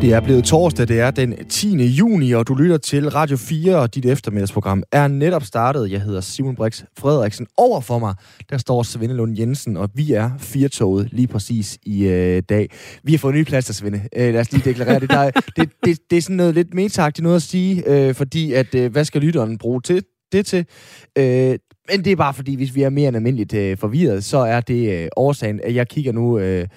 Det er blevet torsdag, det er den 10. juni, og du lytter til Radio 4, og dit eftermiddagsprogram er netop startet. Jeg hedder Simon Brix Frederiksen. Over for mig, der står Svende Lund Jensen, og vi er firtoget lige præcis i dag. Vi har fået nye pladser, Svende. Lad os lige deklarere det. Det er sådan noget lidt metagtigt noget at sige, fordi at, hvad skal lytteren bruge det til? Men det er bare fordi, hvis vi er mere end almindeligt forvirret, så er det årsagen, at jeg kigger nu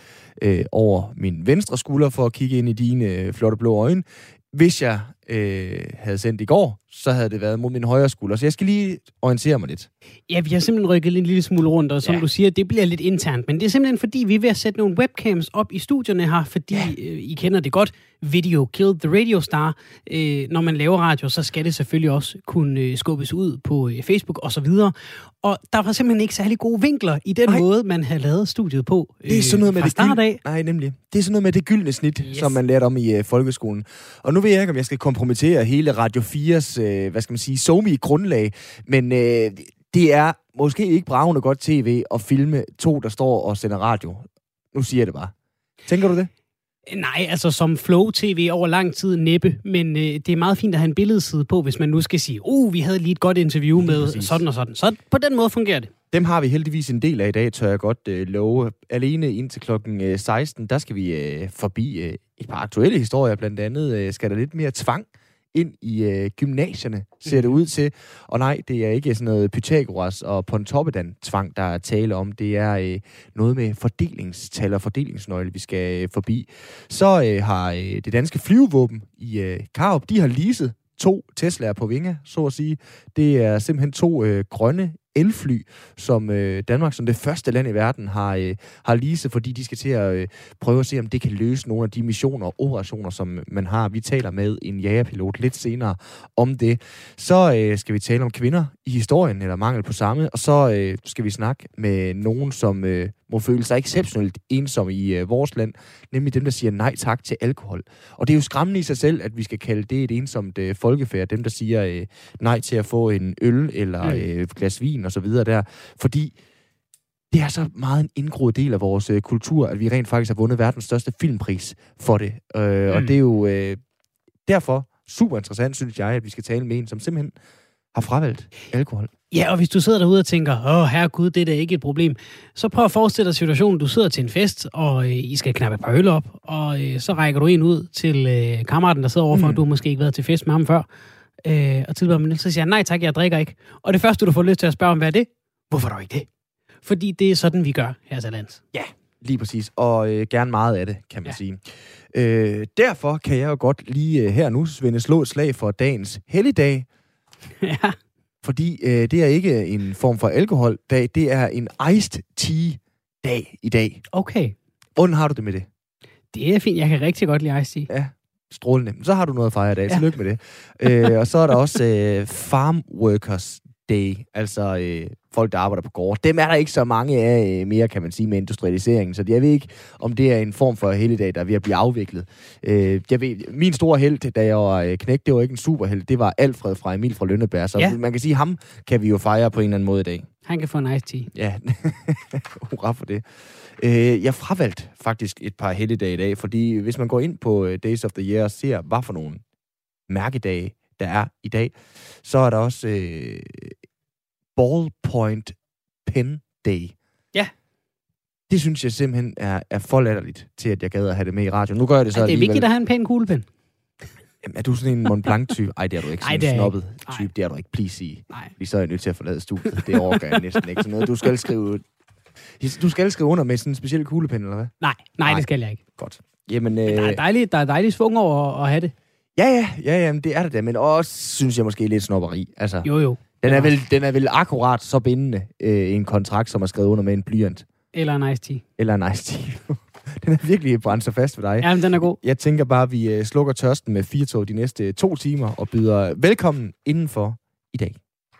over min venstre skulder for at kigge ind i dine flotte blå øjne. Hvis jeg havde sendt i går, så havde det været mod min højre skulder. Så jeg skal lige orientere mig lidt. Ja, vi har simpelthen rykket en lille smule rundt, og som du siger, det bliver lidt internt. Men det er simpelthen fordi, vi er ved at sætte nogle webcams op i studierne her, fordi I kender det godt. Video killed the radio star. Når man laver radio, så skal det selvfølgelig også kunne skubbes ud på Facebook og så videre. Og der var simpelthen ikke særlig gode vinkler i den måde, man havde lavet studiet på det er sådan noget med fra start af. Nej, nemlig. Det er sådan noget med det gyldne snit, som man lærte om i folkeskolen. Og nu ved jeg ikke, om jeg skal kompromittere hele Radio 4's, SoMe-grundlag, men det er måske ikke bravende godt tv at filme to, der står og sender radio. Nu siger jeg det bare. Tænker du det? Nej, altså som Flow TV over lang tid næppe, men det er meget fint at have en billedside på, hvis man nu skal sige, vi havde lige et godt interview med sådan og sådan. Så på den måde fungerer det. Dem har vi heldigvis en del af i dag, tør jeg godt love. Alene indtil klokken 16, der skal vi forbi et par aktuelle historier. Blandt andet skal der lidt mere tvang ind i gymnasierne, ser det ud til. Og nej, det er ikke sådan noget Pythagoras og Pontoppidan-tvang, der er tale om. Det er noget med fordelingstal og fordelingsnøgle, vi skal forbi. Så har det danske flyvevåben i Karup, de har leaset 2 Tesla'er på vinger, så at sige. Det er simpelthen 2 grønne elfly, som Danmark som det første land i verden har leaset, fordi de skal til at prøve at se, om det kan løse nogle af de missioner og operationer, som man har. Vi taler med en jagerpilot lidt senere om det. Så skal vi tale om kvinder i historien, eller mangel på samme, og så skal vi snakke med nogen, som må føle sig exceptionelt ensomme i vores land, nemlig dem, der siger nej tak til alkohol. Og det er jo skræmmende i sig selv, at vi skal kalde det et ensomt folkefærd, dem, der siger nej til at få en øl eller et glas vin og så videre der, fordi det er så meget en indgroet del af vores kultur, at vi rent faktisk har vundet verdens største filmpris for det. Og det er jo derfor super interessant, synes jeg, at vi skal tale med en, som simpelthen har fravalgt alkohol. Ja, og hvis du sidder derude og tænker, herregud, det er da ikke et problem, så prøv at forestille dig situationen, du sidder til en fest, og I skal knappe et par øl op, og så rækker du en ud til kammeraten, der sidder overfor, og du har måske ikke været til fest med ham før, og tilbyder man så siger han, nej tak, jeg drikker ikke. Og det første, du får lyst til at spørge om, hvad er det? Hvorfor dog ikke det? Fordi det er sådan, vi gør her til lands. Ja, lige præcis. Og gerne meget af det, kan man sige. Derfor kan jeg jo godt lige her nu, Svende, slå et slag for dagens helligdag. Ja. Fordi det er ikke en form for alkoholdag, det er en iced tea-dag i dag. Okay. Hvordan har du det med det? Det er fint, jeg kan rigtig godt lide iced tea. Ja, strålende. Så har du noget at fejre i dag, tillykke med det. Og så er der også Farm Workers Day, altså folk, der arbejder på gårde. Dem er der ikke så mange af mere, kan man sige, med industrialiseringen. Så jeg ved ikke, om det er en form for helligdag, der er ved at blive afviklet. Jeg ved, min store helt, da jeg var knægt, det var ikke en superhelt. Det var Alfred fra Emil fra Lønneberg. Så man kan sige, ham kan vi jo fejre på en eller anden måde i dag. Han kan få en iced tea. Ja, hurra for det. Jeg fravalgte faktisk et par helligdage i dag, fordi hvis man går ind på Days of the Year og ser, hvad for nogle mærkedage der er i dag, så er der også Ballpoint Pen Day. Ja. Det synes jeg simpelthen er for latterligt til, at jeg gad at have det med i radioen. Nu gør jeg det så det er vigtigt at have en pæn kuglepen. Jamen, er du sådan en Mont Blanc-type? Ej, det er du ikke. Sådan en snobbet type, det er du ikke. Please sige. Nej. Fordi så er jeg nødt til at forlade studiet. Det overgår jeg næsten ikke. Sådan noget. Du skal skrive under med sådan en speciel kuglepen, eller hvad? Nej, det skal jeg ikke. Godt. Jamen, der er dejligt svung over at have det. Ja, det er det da, men også synes jeg måske lidt snobberi. Altså, Jo. Den er vel akkurat så bindende en kontrakt, som er skrevet under med en blyant. Eller en iced tea. Den er virkelig brændt så fast ved dig. Jamen, den er god. Jeg tænker bare, at vi slukker tørsten med firtog de næste 2 timer og byder velkommen indenfor i dag.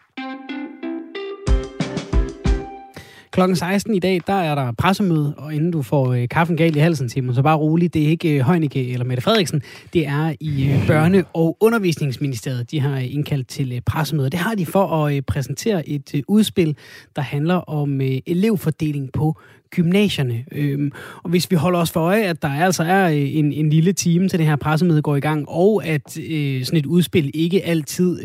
Klokken 16 i dag, der er der pressemøde, og inden du får kaffen galt i halsen, Simon, så bare roligt, det er ikke Heunicke eller Mette Frederiksen, det er i Børne- og Undervisningsministeriet, de har indkaldt til pressemøde. Det har de for at præsentere et udspil, der handler om elevfordeling på gymnasierne. Og hvis vi holder os for øje, at der altså er en lille time til det her pressemøde går i gang, og at sådan et udspil ikke altid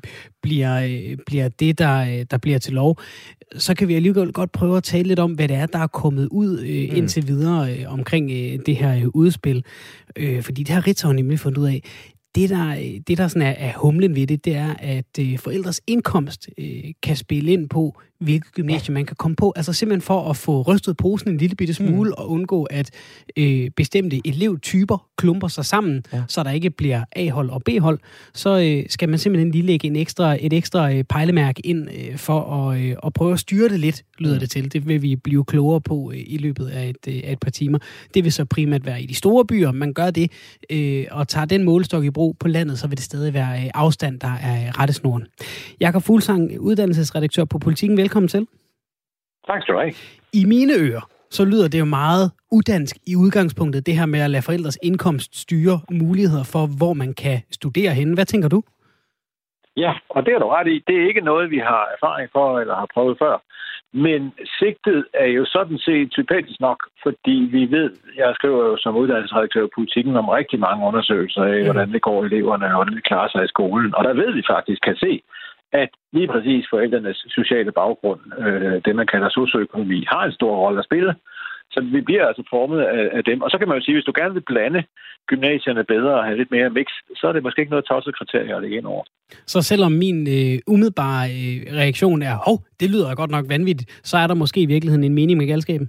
bliver det, der bliver til lov, så kan vi alligevel godt prøve at tale lidt om, hvad det er, der er kommet ud indtil videre omkring det her udspil. Fordi det har Ritzau nemlig fundet ud af. Det der sådan er humlen ved det, det er, at forældres indkomst kan spille ind på, hvilket gymnasium man kan komme på. Altså simpelthen for at få rystet posen en lille bitte smule og undgå, at bestemte elevtyper klumper sig sammen, så der ikke bliver A-hold og B-hold, så skal man simpelthen lige lægge et ekstra pejlemærke ind for at prøve at styre det lidt, lyder det til. Det vil vi blive klogere på i løbet af et par timer. Det vil så primært være i de store byer. Man gør det og tager den målestok i brug på landet, så vil det stadig være afstand, der er rettesnoren. Jakob Fuglsang, uddannelsesredaktør på Politiken. Velkommen til. Tak skal du have. I mine ører, så lyder det jo meget udansk i udgangspunktet, det her med at lade forældres indkomst styre muligheder for, hvor man kan studere henne. Hvad tænker du? Ja, og det er du ret i. Det er ikke noget, vi har erfaring for eller har prøvet før. Men sigtet er jo sådan set sympatisk nok, fordi vi ved, jeg skriver jo som uddannelsesredaktør i Politikken om rigtig mange undersøgelser af, hvordan det går eleverne, og hvordan det klarer sig i skolen. Og der ved vi faktisk, kan se, at lige præcis forældrenes sociale baggrund, det man kalder socioøkonomi, har en stor rolle at spille. Så vi bliver altså formet af dem. Og så kan man jo sige, hvis du gerne vil blande gymnasierne bedre og have lidt mere mix, så er det måske ikke noget tosset kriterie at lægge ind over. Så selvom min umiddelbare reaktion er, det lyder godt nok vanvittigt, så er der måske i virkeligheden en mening med galskaben?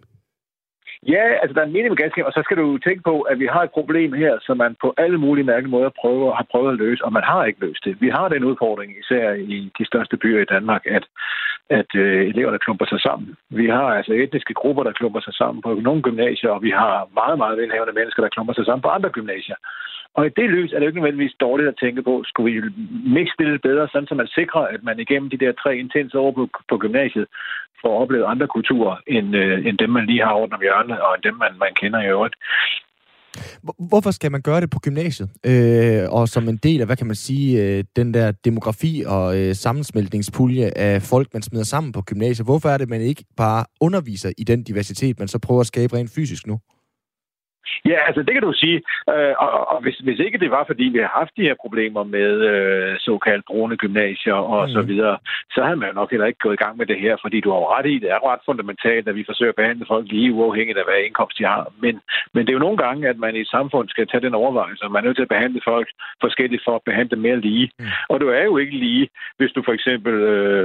Ja, altså der er en mening med galskab, og så skal du tænke på, at vi har et problem her, som man på alle mulige mærkelige måder har prøvet at løse, og man har ikke løst det. Vi har den udfordring, især i de største byer i Danmark, at eleverne klumper sig sammen. Vi har altså etniske grupper, der klumper sig sammen på nogle gymnasier, og vi har meget, meget velhavende mennesker, der klumper sig sammen på andre gymnasier. Og i det lys er det jo ikke nødvendigvis dårligt at tænke på, skulle vi mixe det lidt bedre, sådan så man sikrer, at man igennem de der 3 intense år på gymnasiet får oplevet andre kulturer, end dem, man lige har rundt om hjørnet, og end dem, man kender i øvrigt. Hvorfor skal man gøre det på gymnasiet? Og som en del af, hvad kan man sige, den der demografi og sammensmeltningspulje af folk, man smider sammen på gymnasiet. Hvorfor er det, man ikke bare underviser i den diversitet, man så prøver at skabe rent fysisk nu? Ja, altså det kan du sige. Og hvis ikke det var, fordi vi har haft de her problemer med såkaldt brune gymnasier og så videre, så havde man jo nok heller ikke gået i gang med det her, fordi du har ret i, det er ret fundamentalt, at vi forsøger at behandle folk lige uafhængigt af, hvad indkomst de har. Men det er jo nogle gange, at man i et samfund skal tage den overvejelse, man er nødt til at behandle folk forskelligt for at behandle mere lige. Og du er jo ikke lige, hvis du for eksempel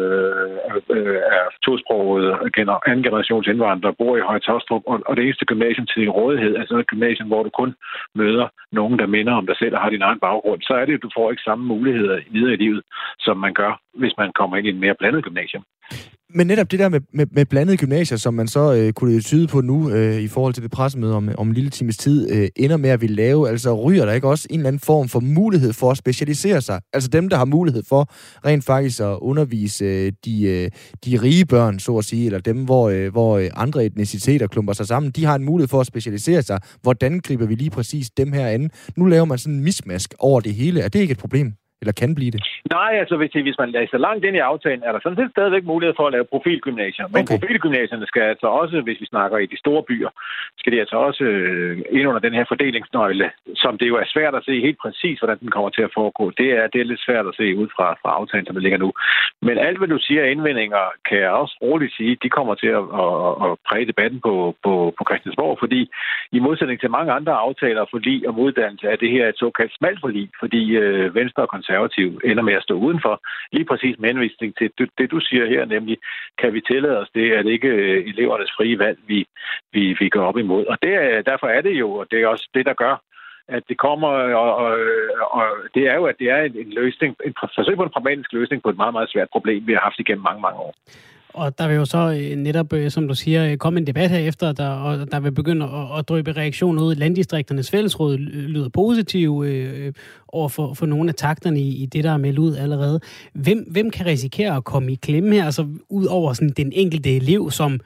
er tosproget anden generations indvandrer, bor i Høje Taastrup, og det eneste gymnasium til din rådighed, altså et gymnasium, hvor du kun møder nogen, der minder om dig selv og har din egen baggrund, så er det, at du får ikke samme muligheder videre i livet, som man gør, hvis man kommer ind i en mere blandet gymnasium. Men netop det der med blandede gymnasier, som man så kunne tyde på nu i forhold til det pressemøde om en lille times tid, ender med at ville lave, altså ryger der ikke også en eller anden form for mulighed for at specialisere sig? Altså dem, der har mulighed for rent faktisk at undervise de rige børn, så at sige, eller dem, hvor andre etniciteter klumper sig sammen, de har en mulighed for at specialisere sig. Hvordan griber vi lige præcis dem her an? Nu laver man sådan en mismask over det hele. Er det ikke et problem? Eller kan blive det? Nej, altså hvis man læser langt ind i aftalen, er der sådan set stadigvæk mulighed for at lave profilgymnasier. Men profilgymnasierne skal altså også, hvis vi snakker i de store byer, skal de altså også ind under den her fordelingsnøgle, som det jo er svært at se helt præcis, hvordan den kommer til at foregå. Det er lidt svært at se ud fra aftalen, som det ligger nu. Men alt, hvad du siger af indvendinger, kan jeg også roligt sige, de kommer til at præge debatten på Christiansborg, fordi i modsætning til mange andre aftaler og forlig om uddannelse, er det her et såkaldt smalt forlig, fordi Venstre og Konservative ender med at stå udenfor. Lige præcis med henvisning til det, du siger her, nemlig, kan vi tillade os det, at ikke elevernes frie valg, vi går op imod. Og derfor er det jo, og det er også det, der gør, at det kommer, og det er jo, at det er en løsning, en forsøg på en pragmatisk løsning på et meget, meget svært problem, vi har haft igennem mange, mange år. Og der vil jo så netop, som du siger, komme en debat herefter, og der vil begynde at drøbe reaktioner ud. Landdistrikternes fællesråd lyder positiv over for nogle af takterne i det, der er meldt ud allerede. Hvem kan risikere at komme i klemme her? Altså ud over sådan den enkelte elev, som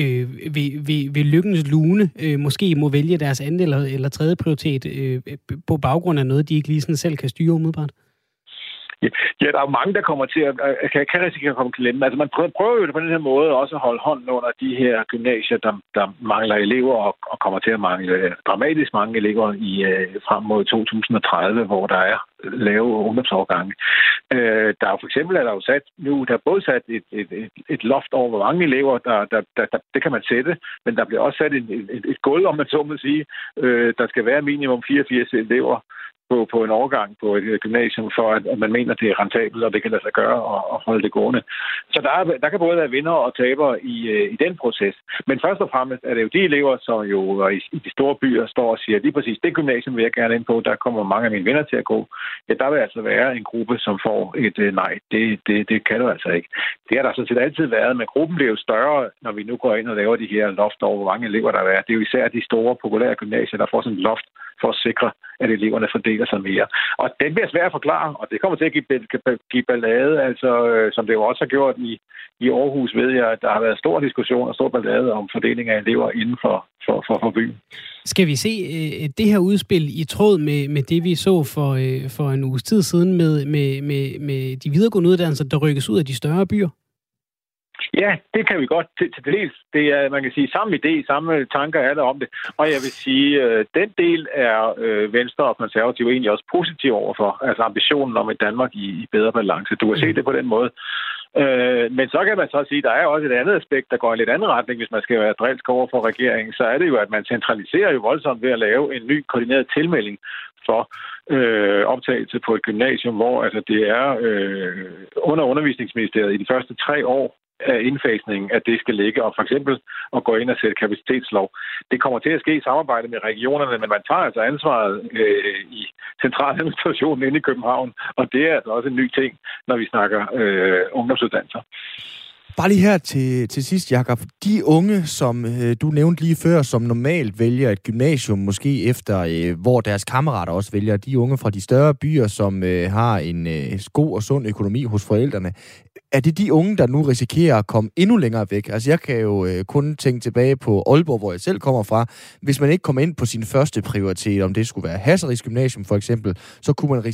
ved lykkens lune måske må vælge deres anden eller tredje prioritet på baggrund af noget, de ikke lige sådan selv kan styre umiddelbart? Ja, der er jo mange, der kommer til at kan risikere at komme til klemme. Altså man prøver jo på den her måde også at holde hånden under de her gymnasier, der mangler elever og kommer til at mangle dramatisk mange elever frem mod 2030, hvor der er lave ungdomsårgange. Der er jo for eksempel der er både sat et loft over, hvor mange elever, det kan man sætte, men der bliver også sat et gulv, om man så må sige. Der skal være minimum 84 elever på en overgang på et gymnasium, for at man mener, det er rentabelt, og det kan lade sig gøre og holde det gående. Så der kan både være vinder og tabere i den proces. Men først og fremmest er det jo de elever, som jo i de store byer står og siger, lige præcis, det gymnasium vil jeg gerne ind på, der kommer mange af mine venner til at gå. Ja, der vil altså være en gruppe, som får et nej. Det kan du altså ikke. Det har der sådan set altid været, men gruppen bliver jo større, når vi nu går ind og laver de her loft over, hvor mange elever der er. Det er jo især de store, populære gymnasier, der får sådan et loft for at sikre, at eleverne fordeler sig mere. Og det bliver svært at forklare, og det kommer til at give ballade, altså som det jo også har gjort i Aarhus, ved jeg, at der har været stor diskussion og stor ballade om fordeling af elever inden for byen. Skal vi se det her udspil i tråd med det, vi så for en uges tid siden med de videregående uddannelser, der rykkes ud af de større byer? Ja, det kan vi godt til dels. Det er, man kan sige, samme idé, samme tanker er der om det. Og jeg vil sige, den del er Venstre og Konservative egentlig også positive overfor. Altså ambitionen om et Danmark i bedre balance. Du kan se det på den måde. Men så kan man så sige, at der er også et andet aspekt, der går i en lidt anden retning, hvis man skal være drilsk over for regeringen. Så er det jo, at man centraliserer jo voldsomt ved at lave en ny koordineret tilmelding for optagelse på et gymnasium, hvor altså, det er under Undervisningsministeriet i de første 3 år af indfasningen, at det skal ligge, og for eksempel at gå ind og sætte kapacitetslov. Det kommer til at ske i samarbejde med regionerne, men man tager altså ansvaret i centraladministrationen inde i København, og det er altså også en ny ting, når vi snakker ungdomsuddannelser. Bare lige her til sidst, Jakob. De unge, som du nævnte lige før, som normalt vælger et gymnasium, måske efter, hvor deres kammerater også vælger, de unge fra de større byer, som har en god og sund økonomi hos forældrene, er det de unge, der nu risikerer at komme endnu længere væk? Altså, jeg kan jo kun tænke tilbage på Aalborg, hvor jeg selv kommer fra. Hvis man ikke kommer ind på sin første prioritet, om det skulle være Hasseris Gymnasium for eksempel, så kunne man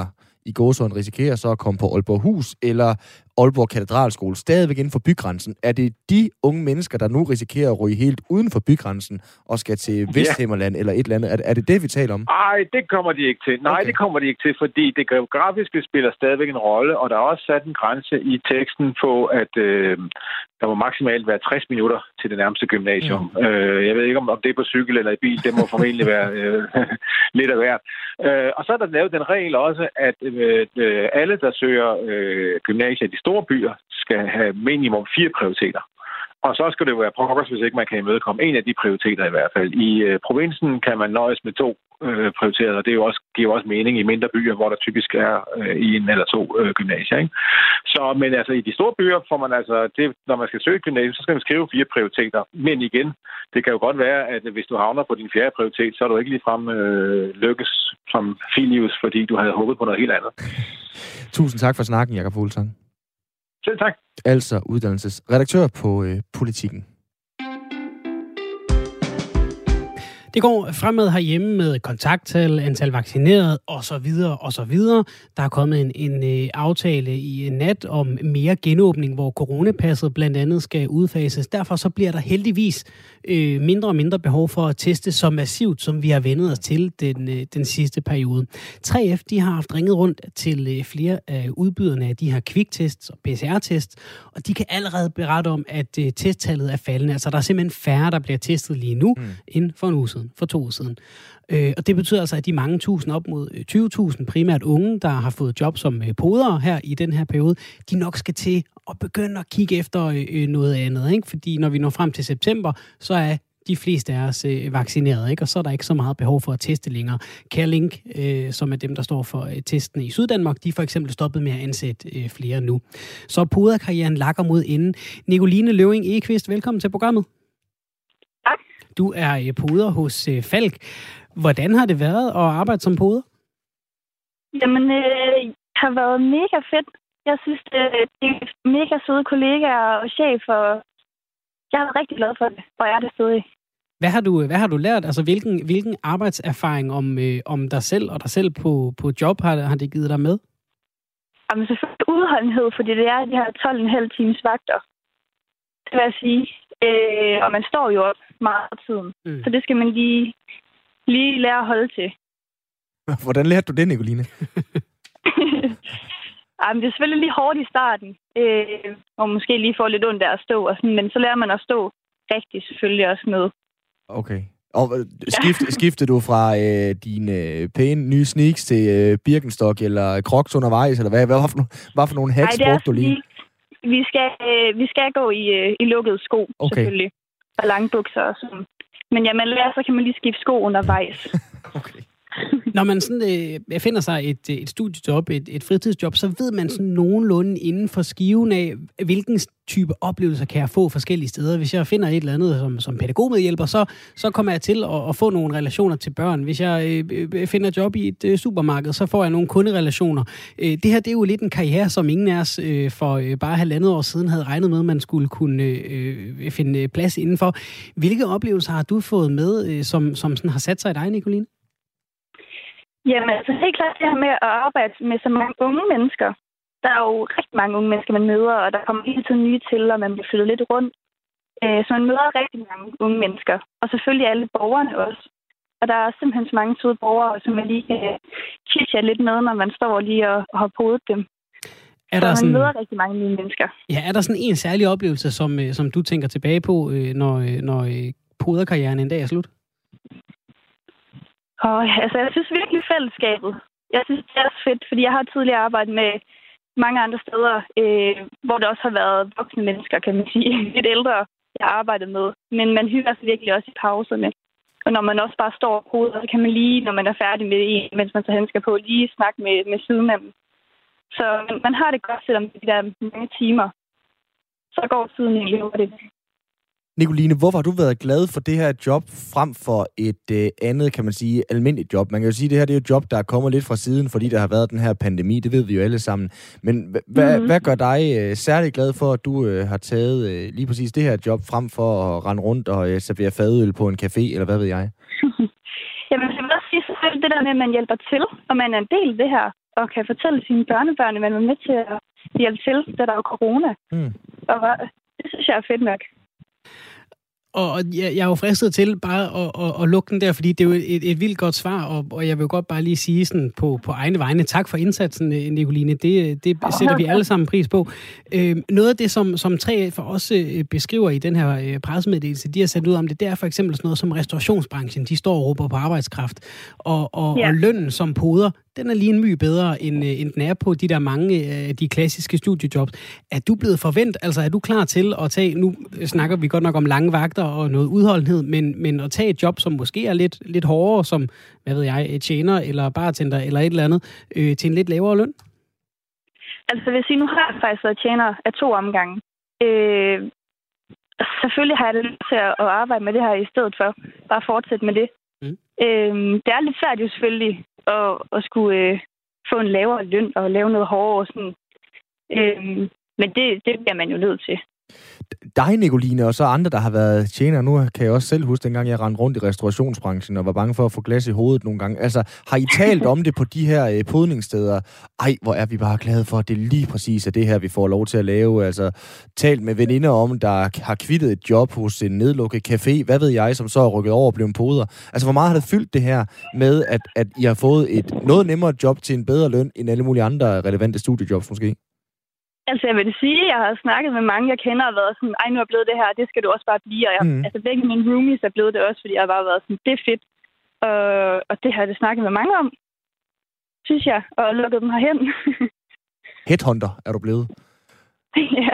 risikere så at komme på Aalborghus eller Aalborg Katedralskole, stadigvæk inden for bygrænsen. Er det de unge mennesker, der nu risikerer at ryge helt uden for bygrænsen og skal til Vesthimmerland eller et eller andet? Er det vi taler om? Nej, det kommer de ikke til. Det kommer de ikke til, fordi det geografiske spiller stadigvæk en rolle, og der er også sat en grænse i teksten på, at der må maksimalt være 60 minutter til det nærmeste gymnasium. Jeg ved ikke, om det er på cykel eller i bil. Det må formentlig være lidt af hvert. Og så er der lavet den regel også, at alle, der søger gymnasier i de store byer, skal have minimum 4 prioriteter. Og så skal det jo være pokkers, hvis ikke man kan imødekomme en af de prioriteter i hvert fald. I provinsen kan man nøjes med 2 prioriteter, og det giver jo også mening i mindre byer, hvor der typisk er 1 eller 2 gymnasier. Ikke? Så, men altså i de store byer får man altså, når man skal søge gymnasium, så skal man skrive 4 prioriteter. Men igen, det kan jo godt være, at hvis du havner på din 4. prioritet, så er du ikke ligefrem lykkes som Filius, fordi du havde håbet på noget helt andet. Tusind tak for snakken, Jakob Fuglsang. Selv tak. Altså uddannelsesredaktør på Politikken. Det går fremad herhjemme med kontakttal, antal vaccineret osv. osv. Der er kommet en aftale i nat om mere genåbning, hvor coronapasset blandt andet skal udfases. Derfor så bliver der heldigvis mindre og mindre behov for at teste så massivt, som vi har vendet os til den sidste periode. 3F de har haft ringet rundt til flere af udbyderne af de her kviktests og PCR-tests, og de kan allerede berette om, at testtallet er faldende. Altså der er simpelthen færre, der bliver testet lige nu, end for en uge siden. For 2 uger siden. Og det betyder altså, at de mange tusind, op mod 20.000 primært unge, der har fået job som podere her i den her periode, de nok skal til at begynde at kigge efter noget andet. Ikke? Fordi når vi når frem til september, så er de fleste af os vaccineret, ikke? Og så er der ikke så meget behov for at teste længere. CareLink, som er dem, der står for testene i Syddanmark, de er for eksempel stoppet med at ansætte flere nu. Så poderkarrieren lakker mod enden. Nicoline Løving Egeqvist, velkommen til programmet. Du er poder hos Falck. Hvordan har det været at arbejde som poder? Jamen, det har været mega fedt. Jeg synes, det er mega søde kollegaer og chef, og jeg er rigtig glad for det, og jeg er det stadig. Hvad har du lært? Altså, hvilken arbejdserfaring om dig selv og dig selv på job har det givet dig med? Jamen selvfølgelig udholdenhed, fordi det er de her 12,5 times vagter. Det vil jeg sige. Og man står jo op meget af tiden. Så det skal man lige lære at holde til. Hvordan lærte du det, Nicoline? Jamen, det er selvfølgelig lige hårdt i starten. Og måske lige får lidt ondt af at stå. Og sådan, men så lærer man at stå rigtigt selvfølgelig også med. Okay. Og skiftede du fra dine pæne nye sneaks til Birkenstock eller Crocs undervejs? Eller hvad for nogle hacks brugte du lige? Vi skal gå i lukkede sko, selvfølgelig. Og lange bukser og sådan. Men ja, man lærer, så kan man lige skifte sko undervejs. Okay. Når man sådan, finder sig et studiejob, et fritidsjob, så ved man sådan nogenlunde inden for skiven af, hvilken type oplevelser kan jeg få forskellige steder. Hvis jeg finder et eller andet som pædagogmedhjælper, så kommer jeg til at få nogle relationer til børn. Hvis jeg finder job i et supermarked, så får jeg nogle kunderelationer. Det her, det er jo lidt en karriere, som ingen af os for bare 1,5 år siden havde regnet med, at man skulle kunne finde plads indenfor. Hvilke oplevelser har du fået med, som sådan har sat sig i dig, Nicoline? Jamen, altså helt klart det her med at arbejde med så mange unge mennesker. Der er jo rigtig mange unge mennesker, man møder, og der kommer hele tiden nye til, og man bliver flyttet lidt rundt. Så man møder rigtig mange unge mennesker. Og selvfølgelig alle borgerne også. Og der er simpelthen så mange søde borgere, som man lige kan chitchatte lidt med, når man står lige og har podet dem. Så man møder rigtig mange nye mennesker. Ja, er der sådan en særlig oplevelse, som du tænker tilbage på, når poderkarrieren en dag er slut? Og altså, jeg synes virkelig fællesskabet. Jeg synes, det er fedt, fordi jeg har tidligere arbejdet med mange andre steder, hvor der også har været voksne mennesker, kan man sige, lidt ældre, jeg har arbejdet med. Men man hygger sig virkelig også i pauserne. Og når man også bare står og poder, så kan man lige, når man er færdig med en, mens man så hen skal på, lige snakke med sidemanden. Så man har det godt, selvom det er mange timer. Så går tiden egentlig hurtigt. Nicoline, hvorfor har du været glad for det her job frem for et andet, kan man sige, almindeligt job? Man kan jo sige, at det her det er et job, der er kommet lidt fra siden, fordi der har været den her pandemi. Det ved vi jo alle sammen. Men hvad gør dig særlig glad for, at du har taget lige præcis det her job frem for at rende rundt og servere fadøl på en café, eller hvad ved jeg? Jamen, jeg vil også sige selvfølgelig det der med, at man hjælper til, og man er en del af det her, og kan fortælle sine børnebørn, at man er med til at hjælpe til, da der er corona. Og det synes jeg er fedt nok. Og jeg er jo fristet til bare at lukke den der, fordi det er jo et vildt godt svar, og jeg vil godt bare lige sige sådan på egne vegne, tak for indsatsen, Nicoline. Det sætter vi alle sammen pris på. Noget af det, som 3F for os beskriver i den her pressemeddelelse, de har sat ud om det, det er for eksempel sådan noget som restaurationsbranchen. De står og råber på arbejdskraft, og lønnen som poder, den er lige en my bedre, end den er på de der mange af de klassiske studiejobs. Er du blevet forventet, altså er du klar til at tage, nu snakker vi godt nok om lange vagter og noget udholdenhed, men at tage et job, som måske er lidt hårdere, som, hvad ved jeg, tjener eller bartender eller et eller andet, til en lidt lavere løn? Altså, vil jeg sige, nu har jeg faktisk været tjener af 2 omgange. Selvfølgelig har jeg det lyst til at arbejde med det her i stedet for. Bare fortsætte med det. Det er lidt svært jo selvfølgelig at skulle få en lavere løn og lave noget hårdere. Sådan. Men det bliver man jo nødt til. Dig, Nicoline, og så andre, der har været tjener. Nu kan jeg også selv huske, dengang jeg rendte rundt i restaurationsbranchen og var bange for at få glas i hovedet nogle gange. Altså, har I talt om det på de her podningssteder? Ej, hvor er vi bare glade for, at det lige præcis er det her, vi får lov til at lave. Altså, talt med veninder om, der har kvittet et job hos en nedlukket café. Hvad ved jeg, som så er rykket over og blevet poder? Altså, hvor meget har det fyldt det her med, at I har fået et noget nemmere job til en bedre løn end alle mulige andre relevante studiejobs måske? Altså, jeg vil sige, at jeg har snakket med mange, jeg kender, og været sådan, ej, nu er jeg blevet det her, det skal du også bare blive. Og altså, begge mine roomies er blevet det også, fordi jeg har bare været sådan, det er fedt. Og det har jeg snakket med mange om, synes jeg, og lukket dem herhen. Headhunter er du blevet. Ja.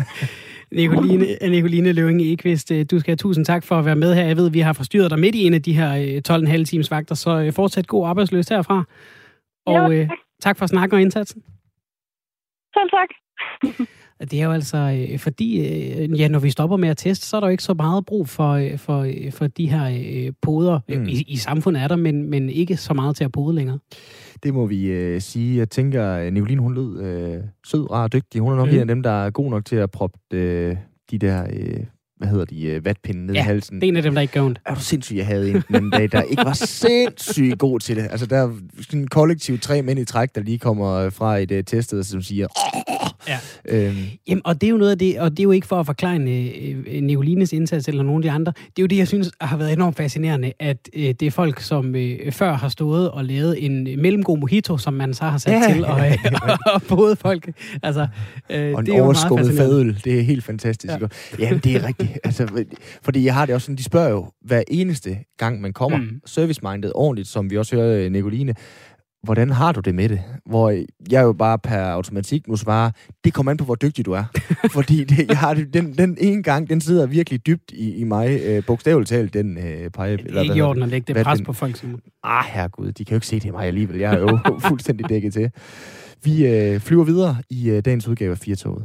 Nicoline Løving-Ekvist, du skal have tusind tak for at være med her. Jeg ved, vi har forstyrret dig midt i en af de her 12,5 times vagter, så fortsat god arbejdsløst herfra. Og tak for snakken og indsatsen. Selv tak. Det er jo altså, fordi når vi stopper med at teste, så er der jo ikke så meget brug for de her poder. I samfundet er der, men ikke så meget til at pode længere. Det må vi sige. Jeg tænker, Nicoline, hun lød sød, rar og dygtig. Hun er nok en af dem, der er god nok til at proppe de der vatpinden ned i halsen. det er en af dem, der ikke gør ondt. Er du sindssygt, jeg havde en den dag, der ikke var sindssygt god til det. Altså, der er sådan en kollektiv 3 mænd i træk, der lige kommer fra et testet, som siger... Ja. Jamen, og det er jo noget af det, og det er jo ikke for at forklare Nicolines indsats eller nogen af de andre. Det er jo det, jeg synes har været enormt fascinerende, at det er folk, som før har stået og lavet en mellemgod mojito, som man så har sat til, og både folk. Altså, og en det er overskummet fadøl. Det er helt fantastisk. Ja. Jamen, det er rigtigt. Altså, fordi jeg har det også sådan, de spørger jo hver eneste gang, man kommer service-minded ordentligt, som vi også hører Nicoline. Hvordan har du det med det? Hvor jeg jo bare per automatik nu svarer, det kommer an på, hvor dygtig du er. Fordi jeg har den ene gang, den sidder virkelig dybt i mig, bogstaveligt talt, den pege. Det er ikke i orden at lægge det pres på folk. Herregud, de kan jo ikke se det i mig alligevel. Jeg er jo fuldstændig dækket til. Vi flyver videre i dagens udgave af Firtoget.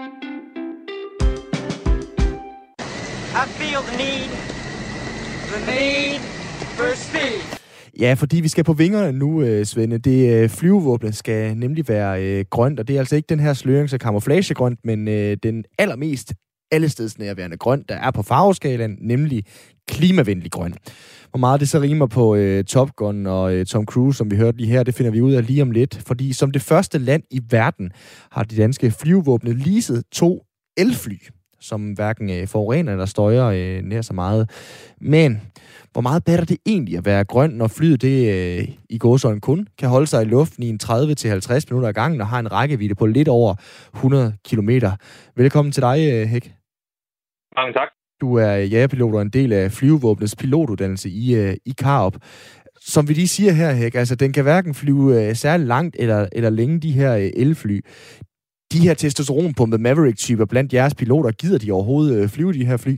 I feel the need for speed. Ja, fordi vi skal på vingerne nu, Svende. Det flyvevåbne skal nemlig være grønt, og det er altså ikke den her slørings- og camouflagegrønt, men den allermest allestedsnærværende grønt, der er på farveskalaen, nemlig klimavenlig grøn. Hvor meget det så rimer på Top Gun og Tom Cruise, som vi hørte lige her, det finder vi ud af lige om lidt. Fordi som det første land i verden har de danske flyvevåbne leaset 2 elfly, som hverken forurener eller støjer nær så meget. Men hvor meget batter det egentlig at være grøn, når flyet det i gåseøjne kun kan holde sig i luften i en 30-50 minutter ad gangen og har en rækkevidde på lidt over 100 kilometer. Velkommen til dig, Hæk. Mange tak. Du er jagerpilot og en del af flyvevåbnets pilotuddannelse i Karup. Som vi lige siger her, Hæk, altså den kan hverken flyve særlig langt eller længe, de her elfly. De her testosteronpumpede Maverick-typer blandt jeres piloter, gider de overhovedet flyve de her fly?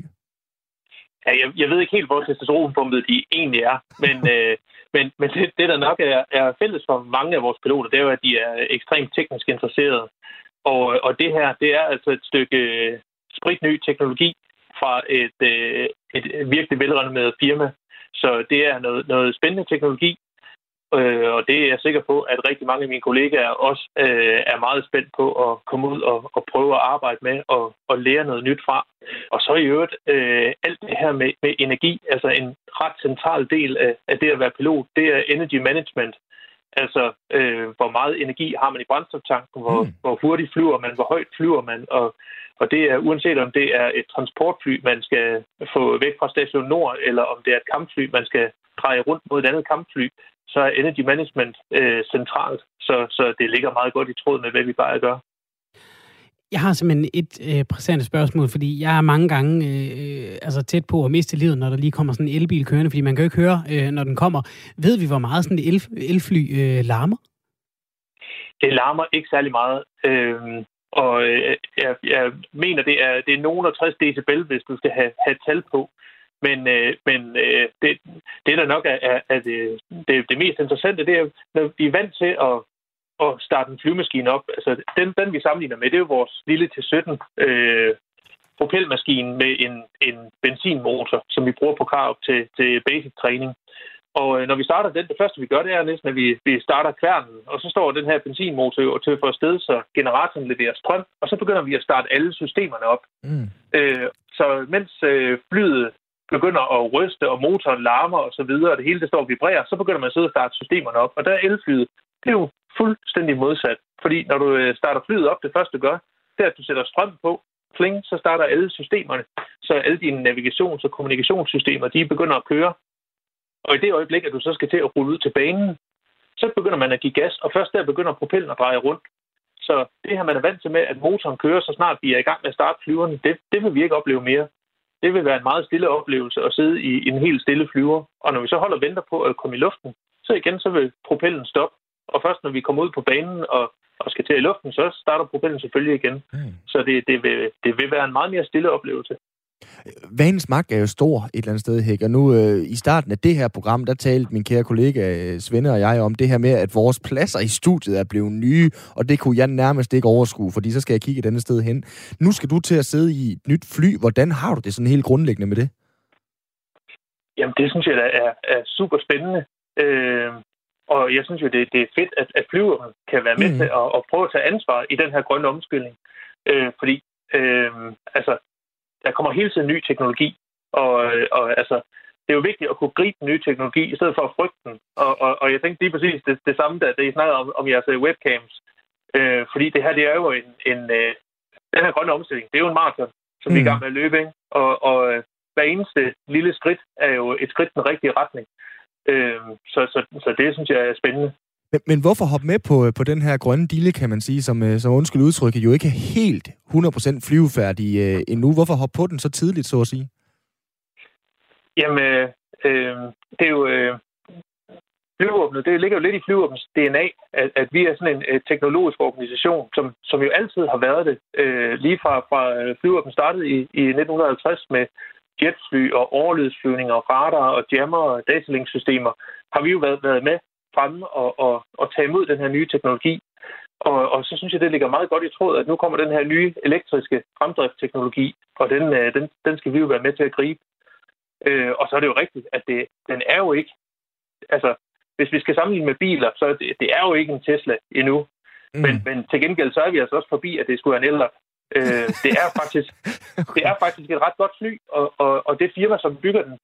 Ja, jeg ved ikke helt, hvor testosteronpumpet de egentlig er, men det der nok er fælles for mange af vores piloter, det er jo, at de er ekstremt teknisk interesserede. Og det her, det er altså et stykke spritny teknologi fra et virkelig velrenommeret firma. Så det er noget spændende teknologi, og det er jeg sikker på, at rigtig mange af mine kollegaer også er meget spændt på at komme ud og prøve at arbejde med og lære noget nyt fra. Og så i øvrigt alt det her med energi, altså en ret central del af det at være pilot, det er energy management. Altså, hvor meget energi har man i brændstoftanken, hvor hurtigt flyver man, hvor højt flyver man, og det er uanset om det er et transportfly, man skal få væk fra station Nord, eller om det er et kampfly, man skal dreje rundt mod et andet kampfly, så er energy management centralt. Så det ligger meget godt i tråd med, hvad vi bare at gøre. Jeg har simpelthen et presserende spørgsmål, fordi jeg er mange gange tæt på at miste livet, når der lige kommer sådan en elbil kørende, fordi man kan jo ikke høre, når den kommer. Ved vi, hvor meget sådan et elfly larmer? Det larmer ikke særlig meget. Jeg mener, det er nogen og 60 decibel, hvis du skal have tal på. Men det der nok er det mest interessante, det er, når vi er vant til at starte en flyvemaskine op. Altså, den vi sammenligner med, det er jo vores lille T-17 propelmaskine med en benzinmotor, som vi bruger på Karup til basic træning. Og når vi starter den, det første vi gør, det er næsten, at vi starter kværnen, og så står den her benzinmotor til at få afsted, så generatoren leverer strøm, og så begynder vi at starte alle systemerne op. Så mens flyet begynder at ryste, og motoren larmer og så videre, og det hele det står og vibrerer, så begynder man at sidde og starte systemerne op. Og der er elflyet, det er jo fuldstændig modsat. Fordi når du starter flyet op, det første du gør, det er, at du sætter strøm på, kling, så starter alle systemerne. Så alle dine navigations- og kommunikationssystemer, de begynder at køre. Og i det øjeblik, at du så skal til at rulle ud til banen, så begynder man at give gas, og først der begynder propellen at dreje rundt. Så det her, man er vant til med, at motoren kører, så snart vi er i gang med at starte flyverne, det vil vi ikke opleve mere. Det vil være en meget stille oplevelse at sidde i en helt stille flyver. Og når vi så holder og venter på at komme i luften, så vil propellen stoppe. Og først når vi kommer ud på banen og skal til i luften, så starter propellen selvfølgelig igen. Så det vil være en meget mere stille oplevelse. Vanens magt er jo stor et eller andet sted, Hæk. Og nu i starten af det her program, der talte min kære kollega Svende og jeg om det her med, at vores pladser i studiet er blevet nye, og det kunne jeg nærmest ikke overskue, fordi så skal jeg kigge et andet sted hen. Nu skal du til at sidde i et nyt fly. Hvordan har du det sådan helt grundlæggende med det? Jamen, det synes jeg er super spændende. Og jeg synes jo, det er fedt, at flyveren kan være med til at prøve at tage ansvar i den her grønne omstilling. Fordi der kommer hele tiden ny teknologi. Og altså, det er jo vigtigt at kunne gribe den nye teknologi, i stedet for at frygte den. Og jeg tænkte lige præcis det samme, da I snakkede om jeres webcams. Fordi det her, det er jo den her grønne omstilling, det er jo en maraton, som vi er i gang med at løbe, ikke? Og hver eneste lille skridt er jo et skridt i den rigtige retning. Så det synes jeg er spændende. Men hvorfor hoppe med på den her grønne dille, kan man sige, som undskyld udtrykket, jo ikke er helt 100% flyvefærdig endnu? Hvorfor hoppe på den så tidligt, så at sige? Jamen, det er jo... Flyvevåbnet, det ligger jo lidt i flyvevåbnets DNA, at vi er sådan en teknologisk organisation, som jo altid har været det. Lige fra flyvevåbnet startede i 1950 med jetfly og overlydsflyvninger og radar og jammer og datalink-systemer, har vi jo været med fremme og tage imod den her nye teknologi. Og så synes jeg, det ligger meget godt i tråd, at nu kommer den her nye elektriske fremdriftsteknologi, og den skal vi jo være med til at gribe. Og så er det jo rigtigt, at den er jo ikke... Altså, hvis vi skal sammenligne med biler, så det er jo ikke en Tesla endnu. Men til gengæld, så er vi altså også forbi, at det skulle være en Ellert. Det er faktisk et ret godt fly, og det firma, som bygger den,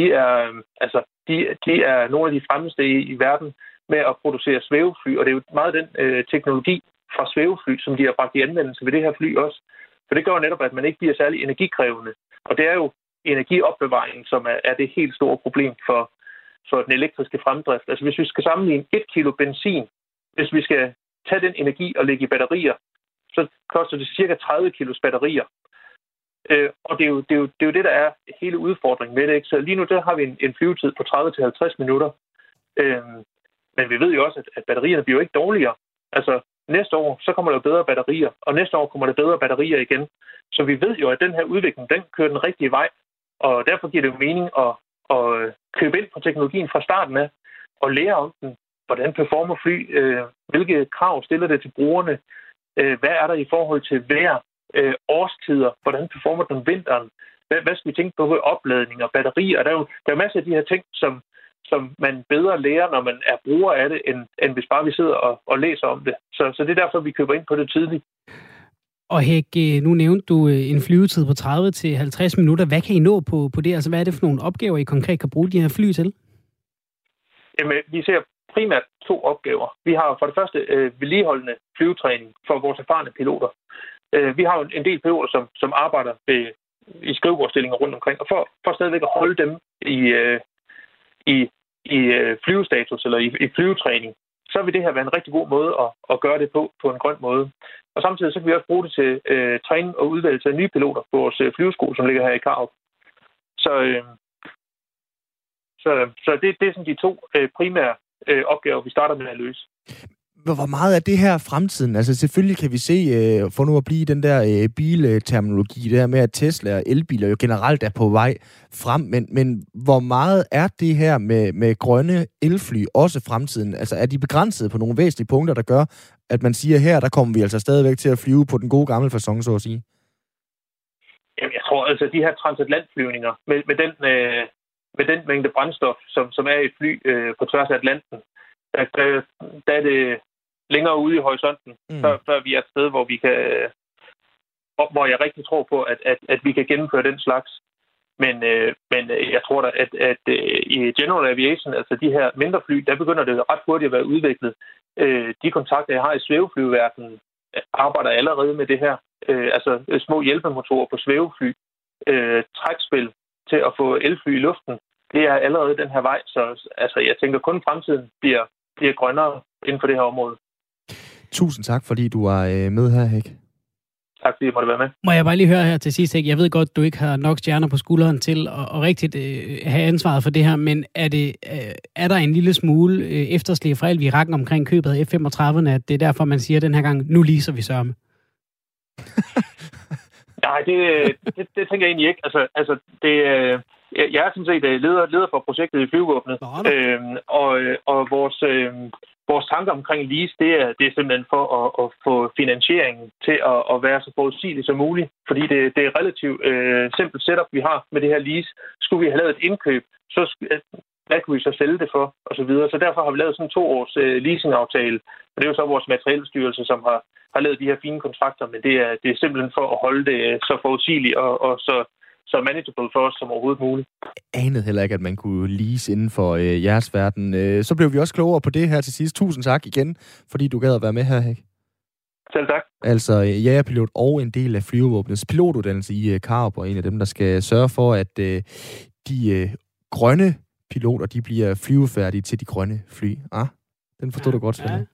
de er nogle af de fremmeste i verden med at producere svævefly, og det er jo meget den teknologi fra svævefly, som de har bragt i anvendelse ved det her fly også. For det gør jo netop, at man ikke bliver særlig energikrævende. Og det er jo energiopbevaring, som er det helt store problem for den elektriske fremdrift. Altså hvis vi skal sammenligne 1 kilo benzin, hvis vi skal tage den energi og lægge i batterier, så koster det cirka 30 kilos batterier. Og det er jo det, der er hele udfordringen med det. Ikke? Så lige nu der har vi en flyvetid på 30-50 minutter. Men vi ved jo også, at batterierne bliver jo ikke dårligere. Altså næste år, så kommer der jo bedre batterier, og næste år kommer der bedre batterier igen. Så vi ved jo, at den her udvikling, den kører den rigtige vej. Og derfor giver det jo mening at købe ind på teknologien fra starten af, og lære om den. Hvordan performer fly? Hvilke krav stiller det til brugerne? Hvad er der i forhold til vejr, årstider? Hvordan performer den vinteren? Hvad skal vi tænke på opladning og batterier? Der er jo masser af de her ting, som man bedre lærer, når man er bruger af det, end hvis bare vi sidder og læser om det. Så det er derfor, vi køber ind på det tidligt. Og Hæk, nu nævnte du en flyvetid på 30-50 minutter. Hvad kan I nå på det? Altså, hvad er det for nogle opgaver, I konkret kan bruge de her fly til? Jamen, vi ser primært 2 opgaver. Vi har for det første vedligeholdende flyvetræning for vores erfarne piloter. Vi har jo en del piloter, som arbejder i skrivebordstillinger rundt omkring, og for stadigvæk at holde dem i flyvestatus eller i flyvetræning, så vil det her være en rigtig god måde at gøre det på en grøn måde. Og samtidig så kan vi også bruge det til træning og udvælgelse af nye piloter på vores flyveskole, som ligger her i Karup. Så det er sådan de 2 primære opgaver, vi starter med at løse. Hvor meget er det her fremtiden? Altså selvfølgelig kan vi se, for nu at blive den der bilterminologi, det her med, at Tesla og elbiler jo generelt er på vej frem, men hvor meget er det her med grønne elfly også fremtiden? Altså er de begrænset på nogle væsentlige punkter, der gør, at man siger her, der kommer vi altså stadigvæk til at flyve på den gode gamle facon, så at sige? Jamen, jeg tror altså, de her transatlantflyvninger med den mængde brændstof, som er i et fly på tværs af Atlanten, der er det længere ude i horisonten, før vi er et sted, hvor jeg rigtig tror på, at vi kan gennemføre den slags. Men jeg tror da, at i general aviation, altså de her mindre fly, der begynder det ret hurtigt at være udviklet. De kontakter, jeg har i svæveflyverdenen, arbejder allerede med det her. Altså små hjælpemotorer på svævefly, trækspil til at få elfly i luften. Det er allerede den her vej, så altså, jeg tænker kun fremtiden bliver grønnere inden for det her område. Tusind tak, fordi du var med her, Hæk. Tak, fordi jeg måtte være med. Må jeg bare lige høre her til sidst, Hæk? Jeg ved godt, du ikke har nok stjerner på skulderen til at rigtigt have ansvaret for det her, men er der en lille smule efterslæb fra alt, vi rakken omkring købet af F-35'erne, at det er derfor, man siger den her gang, nu leaser vi sørme? Nej, det tænker jeg egentlig ikke. Altså det... Jeg er sådan set leder for projektet i flyvevåbnet, og vores tanker omkring lease, det er simpelthen for at få finansieringen til at være så forudsigelig som muligt, fordi det er relativt simpelt setup, vi har med det her lease. Skulle vi have lavet et indkøb, så hvad kan vi så sælge det for, og så videre. Så derfor har vi lavet sådan en 2-års leasingaftale, og det er jo så vores materielstyrelse, som har lavet de her fine kontrakter, men det er simpelthen for at holde det så forudsigeligt og så manageable for os som overhovedet muligt. Jeg anede heller ikke, at man kunne lease inden for jeres verden. Så blev vi også klogere på det her til sidst. Tusind tak igen, fordi du gad at være med her, Hæk. Selv tak. Altså jagerpilot og en del af flyvevåbnets pilotuddannelse i Karup, og en af dem, der skal sørge for, at de grønne piloter, de bliver flyvefærdige til de grønne fly. Den forstod du godt, Svende. Ja.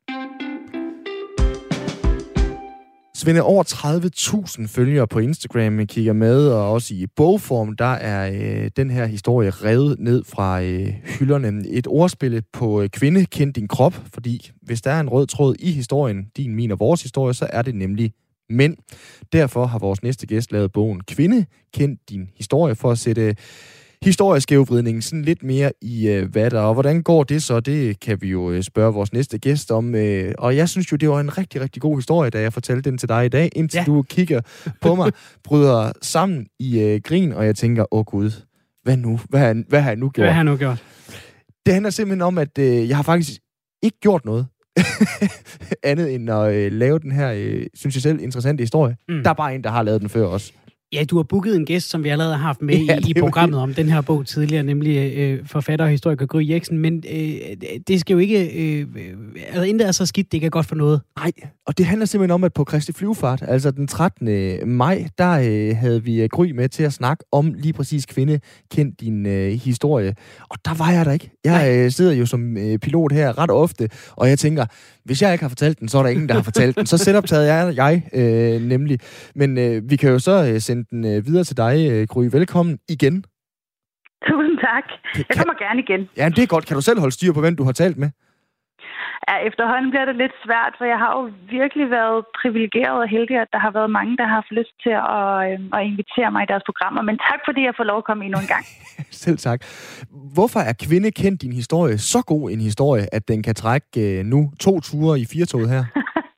Svende, over 30.000 følgere på Instagram kigger med, og også i bogform, der er den her historie revet ned fra hylderne. Et ordspil på kvinde, kend din krop, fordi hvis der er en rød tråd i historien, din, min og vores historie, så er det nemlig mænd. Derfor har vores næste gæst lavet bogen Kvinde, kend din historie, for at sætte historieskævvridningen sådan lidt mere i vatter. Og hvordan går det så? Det kan vi jo spørge vores næste gæst om. Og jeg synes jo, det var en rigtig, rigtig god historie, da jeg fortalte den til dig i dag, indtil du kigger på mig, bryder sammen i grin, og jeg tænker, Gud, hvad nu? Hvad har jeg nu gjort? Hvad har jeg nu gjort? Det handler simpelthen om, at jeg har faktisk ikke gjort noget andet end at lave den her, synes jeg selv, interessante historie. Der er bare en, der har lavet den før også. Ja, du har booket en gæst, som vi allerede har haft med i programmet om den her bog tidligere, nemlig forfatter og historiker Gry Jeksen, men det skal jo ikke... altså, intet er så skidt, det ikke er godt for noget. Nej, og det handler simpelthen om, at på Kristi Flyvefart, altså den 13. maj, der havde vi Gry med til at snakke om lige præcis Kvinde, kend din historie. Og der var jeg der ikke. Jeg sidder jo som pilot her ret ofte, og jeg tænker, hvis jeg ikke har fortalt den, så er der ingen, der har fortalt den. Så setuptaget er jeg nemlig. Men vi kan jo så sende den videre til dig, Gry. Velkommen igen. Tusind tak. Jeg kommer gerne igen. Ja, det er godt. Kan du selv holde styr på, hvem du har talt med? Ja, efterhånden bliver det lidt svært, for jeg har jo virkelig været privilegeret og heldig, at der har været mange, der har haft lyst til at invitere mig i deres programmer. Men tak, fordi jeg får lov at komme endnu en gang. Selv tak. Hvorfor er Kvinde, kend din historie så god en historie, at den kan trække nu 2 ture i 4-toget her?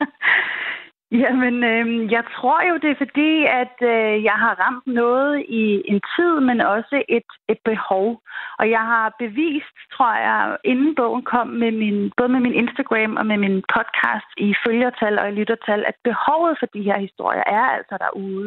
Jamen, jeg tror jo, det er fordi, at jeg har ramt noget i en tid, men også et behov. Og jeg har bevist, tror jeg, inden bogen kom, både med min Instagram og med min podcast i følgertal og i lyttertal, at behovet for de her historier er altså derude.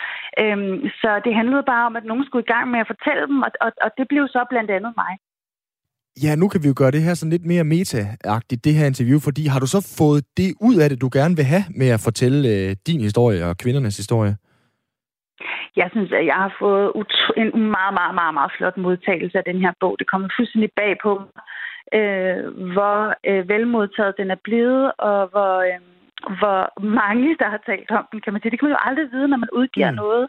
Så det handlede bare om, at nogen skulle i gang med at fortælle dem, og det blev så blandt andet mig. Ja, nu kan vi jo gøre det her sådan lidt mere meta-agtigt, det her interview, fordi har du så fået det ud af det, du gerne vil have med at fortælle din historie og kvindernes historie? Jeg synes, at jeg har fået en meget, meget, meget, meget flot modtagelse af den her bog. Det kommer fuldstændig bag på mig, hvor velmodtaget den er blevet, og hvor mange, der har talt om den, kan man sige. Det kan man jo aldrig vide, når man udgiver noget.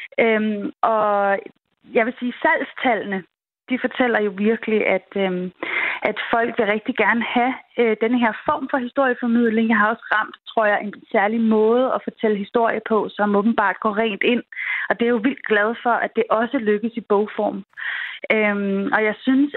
Og jeg vil sige, salgstallene, de fortæller jo virkelig, at folk vil rigtig gerne have denne her form for historieformidling. Jeg har også ramt, tror jeg, en særlig måde at fortælle historie på, som åbenbart går rent ind. Og det er jo vildt glad for, at det også lykkes i bogform. Og jeg synes,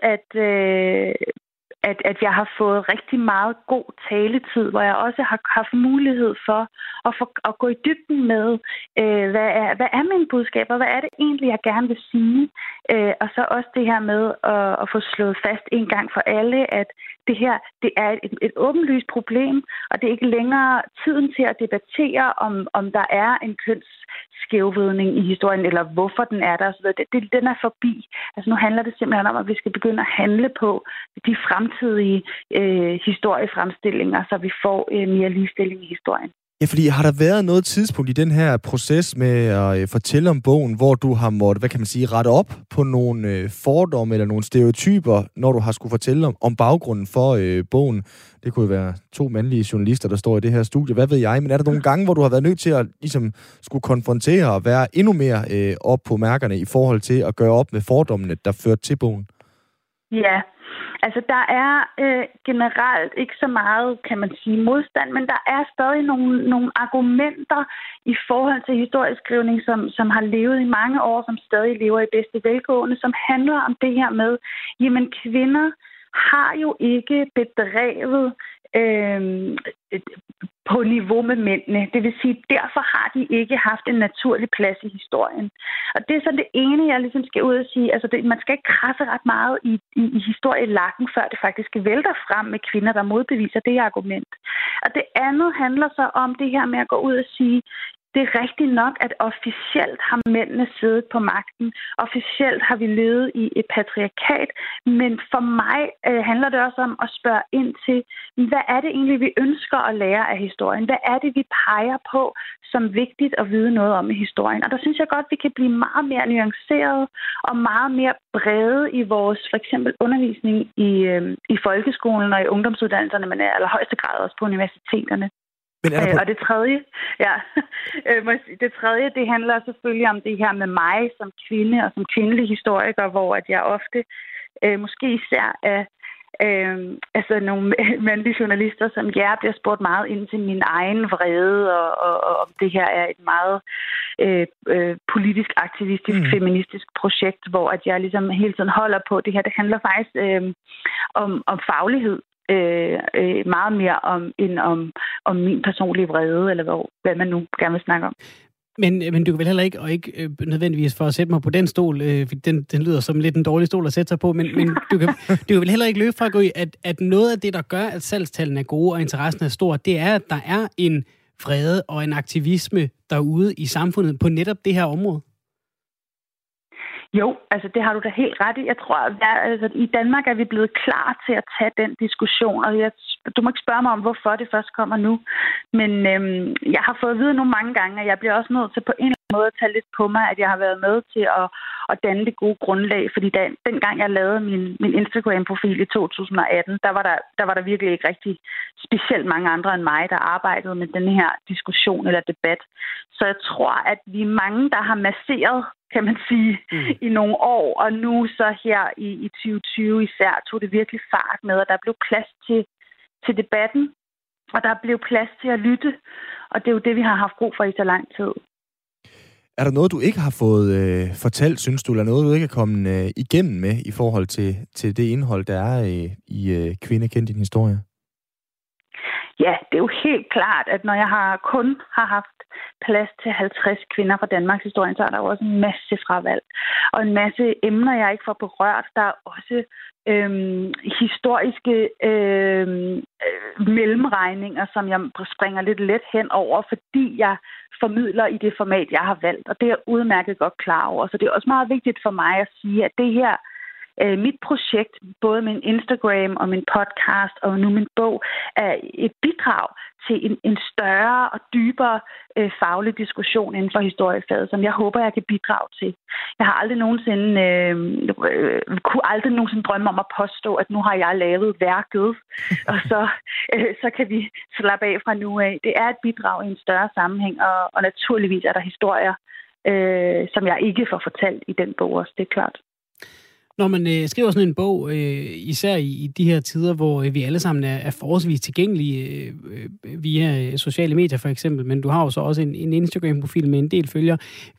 at jeg har fået rigtig meget god taletid, hvor jeg også har haft mulighed for at gå i dybden med, hvad er mine budskaber, hvad er det egentlig, jeg gerne vil sige, og så også det her med at få slået fast en gang for alle, at det her, det er et åbenlyst problem, og det er ikke længere tiden til at debattere, om der er en kønsskævvridning i historien, eller hvorfor den er der, og så videre. Den er forbi. Altså nu handler det simpelthen om, at vi skal begynde at handle på de fremtidige historiefremstillinger, så vi får mere ligestilling i historien. Ja, fordi har der været noget tidspunkt i den her proces med at fortælle om bogen, hvor du har måttet, hvad kan man sige, rette op på nogle fordomme eller nogle stereotyper, når du har skulle fortælle om baggrunden for bogen? Det kunne jo være 2 mandlige journalister, der står i det her studie, hvad ved jeg, men er der nogle gange, hvor du har været nødt til at ligesom skulle konfrontere og være endnu mere op på mærkerne i forhold til at gøre op med fordommene, der førte til bogen? Ja, altså der er generelt ikke så meget, kan man sige, modstand, men der er stadig nogle argumenter i forhold til historieskrivning, som har levet i mange år, som stadig lever i bedste velgående, som handler om det her med, jamen kvinder har jo ikke bedrevet på niveau med mændene. Det vil sige, derfor har de ikke haft en naturlig plads i historien. Og det er sådan det ene, jeg ligesom skal ud og sige. Altså, man skal ikke krasse ret meget i historielakken, før det faktisk vælter frem med kvinder, der modbeviser det argument. Og det andet handler så om det her med at gå ud og sige, det er rigtigt nok, at officielt har mændene siddet på magten. Officielt har vi levet i et patriarkat. Men for mig handler det også om at spørge ind til, hvad er det egentlig, vi ønsker at lære af historien? Hvad er det, vi peger på som vigtigt at vide noget om i historien? Og der synes jeg godt, vi kan blive meget mere nuanceret og meget mere brede i vores for eksempel undervisning i folkeskolen og i ungdomsuddannelserne, men i allerhøjeste grad også på universiteterne. Og det tredje, det handler selvfølgelig om det her med mig som kvinde og som kvindelig historiker, hvor at jeg ofte, måske især af nogle mandlige journalister, som jeg bliver spurgt meget ind til min egen vrede, og om det her er et meget politisk, aktivistisk, feministisk projekt, hvor at jeg ligesom hele tiden holder på det her. Det handler faktisk om faglighed. Meget mere om min personlige vrede, eller hvad man nu gerne vil snakke om. Men du kan vel heller ikke, og ikke nødvendigvis for at sætte mig på den stol, for den lyder som lidt en dårlig stol at sætte sig på, men du kan vel heller ikke løbe fra at gå i, at noget af det, der gør, at salgstallene er gode og interessen er stor, det er, at der er en vrede og en aktivisme derude i samfundet på netop det her område. Jo, altså det har du da helt ret i. Jeg tror, at i Danmark er vi blevet klar til at tage den diskussion, og du må ikke spørge mig om, hvorfor det først kommer nu. Men jeg har fået at vide nogle mange gange, at jeg bliver også nødt til på en eller anden måde at tage lidt på mig, at jeg har været med til at danne det gode grundlag. Fordi dengang jeg lavede min Instagram-profil i 2018, der var der virkelig ikke rigtig specielt mange andre end mig, der arbejdede med den her diskussion eller debat. Så jeg tror, at vi er mange, der har masseret, kan man sige, i nogle år, og nu så her i 2020 især tog det virkelig fart med, at der blev plads til debatten, og der blev plads til at lytte, og det er jo det, vi har haft brug for i så lang tid. Er der noget, du ikke har fået fortalt, synes du, eller noget, du ikke er kommet igennem med i forhold til det indhold, der er i Kvinde kendt din historie? Ja, det er jo helt klart, at når jeg kun har haft plads til 50 kvinder fra Danmarks historie, så er der jo også en masse fravalg. Og en masse emner, jeg ikke får berørt. Der er også historiske mellemregninger, som jeg springer lidt let hen over, fordi jeg formidler i det format, jeg har valgt. Og det er jeg udmærket godt klar over. Så det er også meget vigtigt for mig at sige, at det her mit projekt, både min Instagram og min podcast og nu min bog, er et bidrag til en større og dybere faglig diskussion inden for historiefaget, som jeg håber, jeg kan bidrage til. Jeg har kunne aldrig nogensinde drømme om at påstå, at nu har jeg lavet værket, og så kan vi slappe af fra nu af. Det er et bidrag i en større sammenhæng, og naturligvis er der historier, som jeg ikke får fortalt i den bog også, det er klart. Når man skriver sådan en bog, især i de her tider, hvor vi alle sammen er forholdsvis tilgængelige via sociale medier for eksempel, men du har jo så også en Instagram-profil med en del følgere.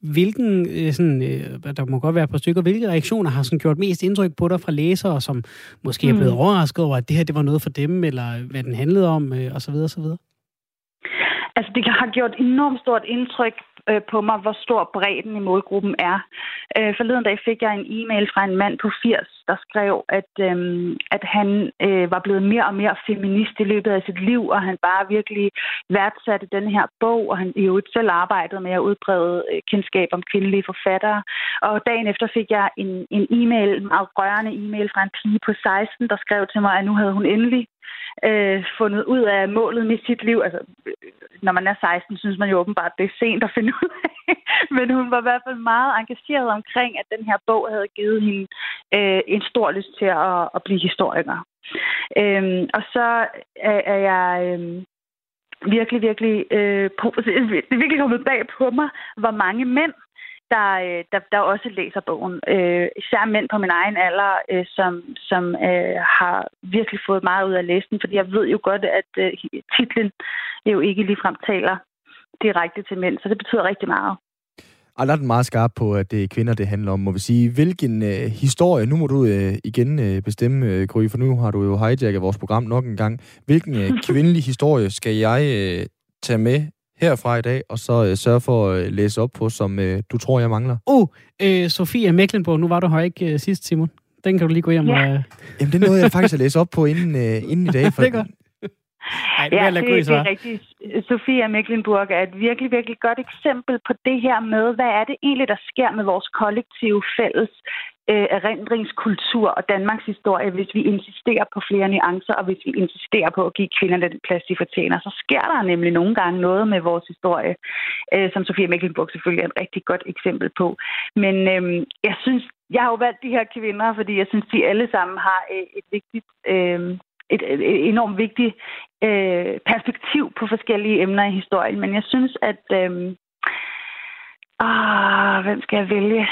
Der må godt være et par stykker, hvilke reaktioner har sådan gjort mest indtryk på dig fra læsere, som måske er blevet overrasket over, at det her det var noget for dem, eller hvad den handlede om, osv. osv.? Altså, det har gjort enormt stort indtryk på mig, hvor stor bredden i målgruppen er. Forleden dag fik jeg en e-mail fra en mand på 80, der skrev, at han var blevet mere og mere feminist i løbet af sit liv, og han bare virkelig værdsatte den her bog, og han jo selv arbejdede med at udbrede kendskab om kvindelige forfattere. Og dagen efter fik jeg en e-mail, en meget rørende e-mail fra en pige på 16, der skrev til mig, at nu havde hun endelig fundet ud af målet med sit liv. Altså, når man er 16, synes man jo åbenbart, det er sent at finde ud af. Men hun var i hvert fald meget engageret omkring, at den her bog havde givet hende en stor lyst til at blive historiker. Og så er jeg virkelig det er virkelig kommet bag på mig, hvor mange mænd, der også læser bogen. Især mænd på min egen alder, som har virkelig fået meget ud af at læse den, fordi jeg ved jo godt, at titlen jo ikke ligefrem taler direkte til mænd, så det betyder rigtig meget. Og der er den meget skarp på, at det er kvinder, det handler om, må vi sige. Hvilken historie, nu må du igen bestemme, Gry, for nu har du jo hijacket vores program nok en gang. Hvilken kvindelig historie skal jeg tage med herfra i dag, og så sørge for at læse op på, som du tror, jeg mangler? Sofia Mecklenburg, nu var du her ikke sidst, Simon. Den kan du lige gå hjem og... Jamen, det er noget, jeg faktisk har læst op på inden i dag. For... Det er godt. Ej, det er rigtigt. Sofia Mecklenburg er et virkelig, virkelig godt eksempel på det her med, hvad er det egentlig, der sker med vores kollektive fælles erindringskultur og Danmarks historie, hvis vi insisterer på flere nuancer, og hvis vi insisterer på at give kvinderne den plads, de fortjener. Så sker der nemlig nogle gange noget med vores historie, som Sofia Mecklenburg selvfølgelig er et rigtig godt eksempel på. Men jeg synes, jeg har jo valgt de her kvinder, fordi jeg synes, de alle sammen har et vigtigt... Et enormt vigtigt perspektiv på forskellige emner i historien. Men jeg synes, at... hvem skal jeg vælge?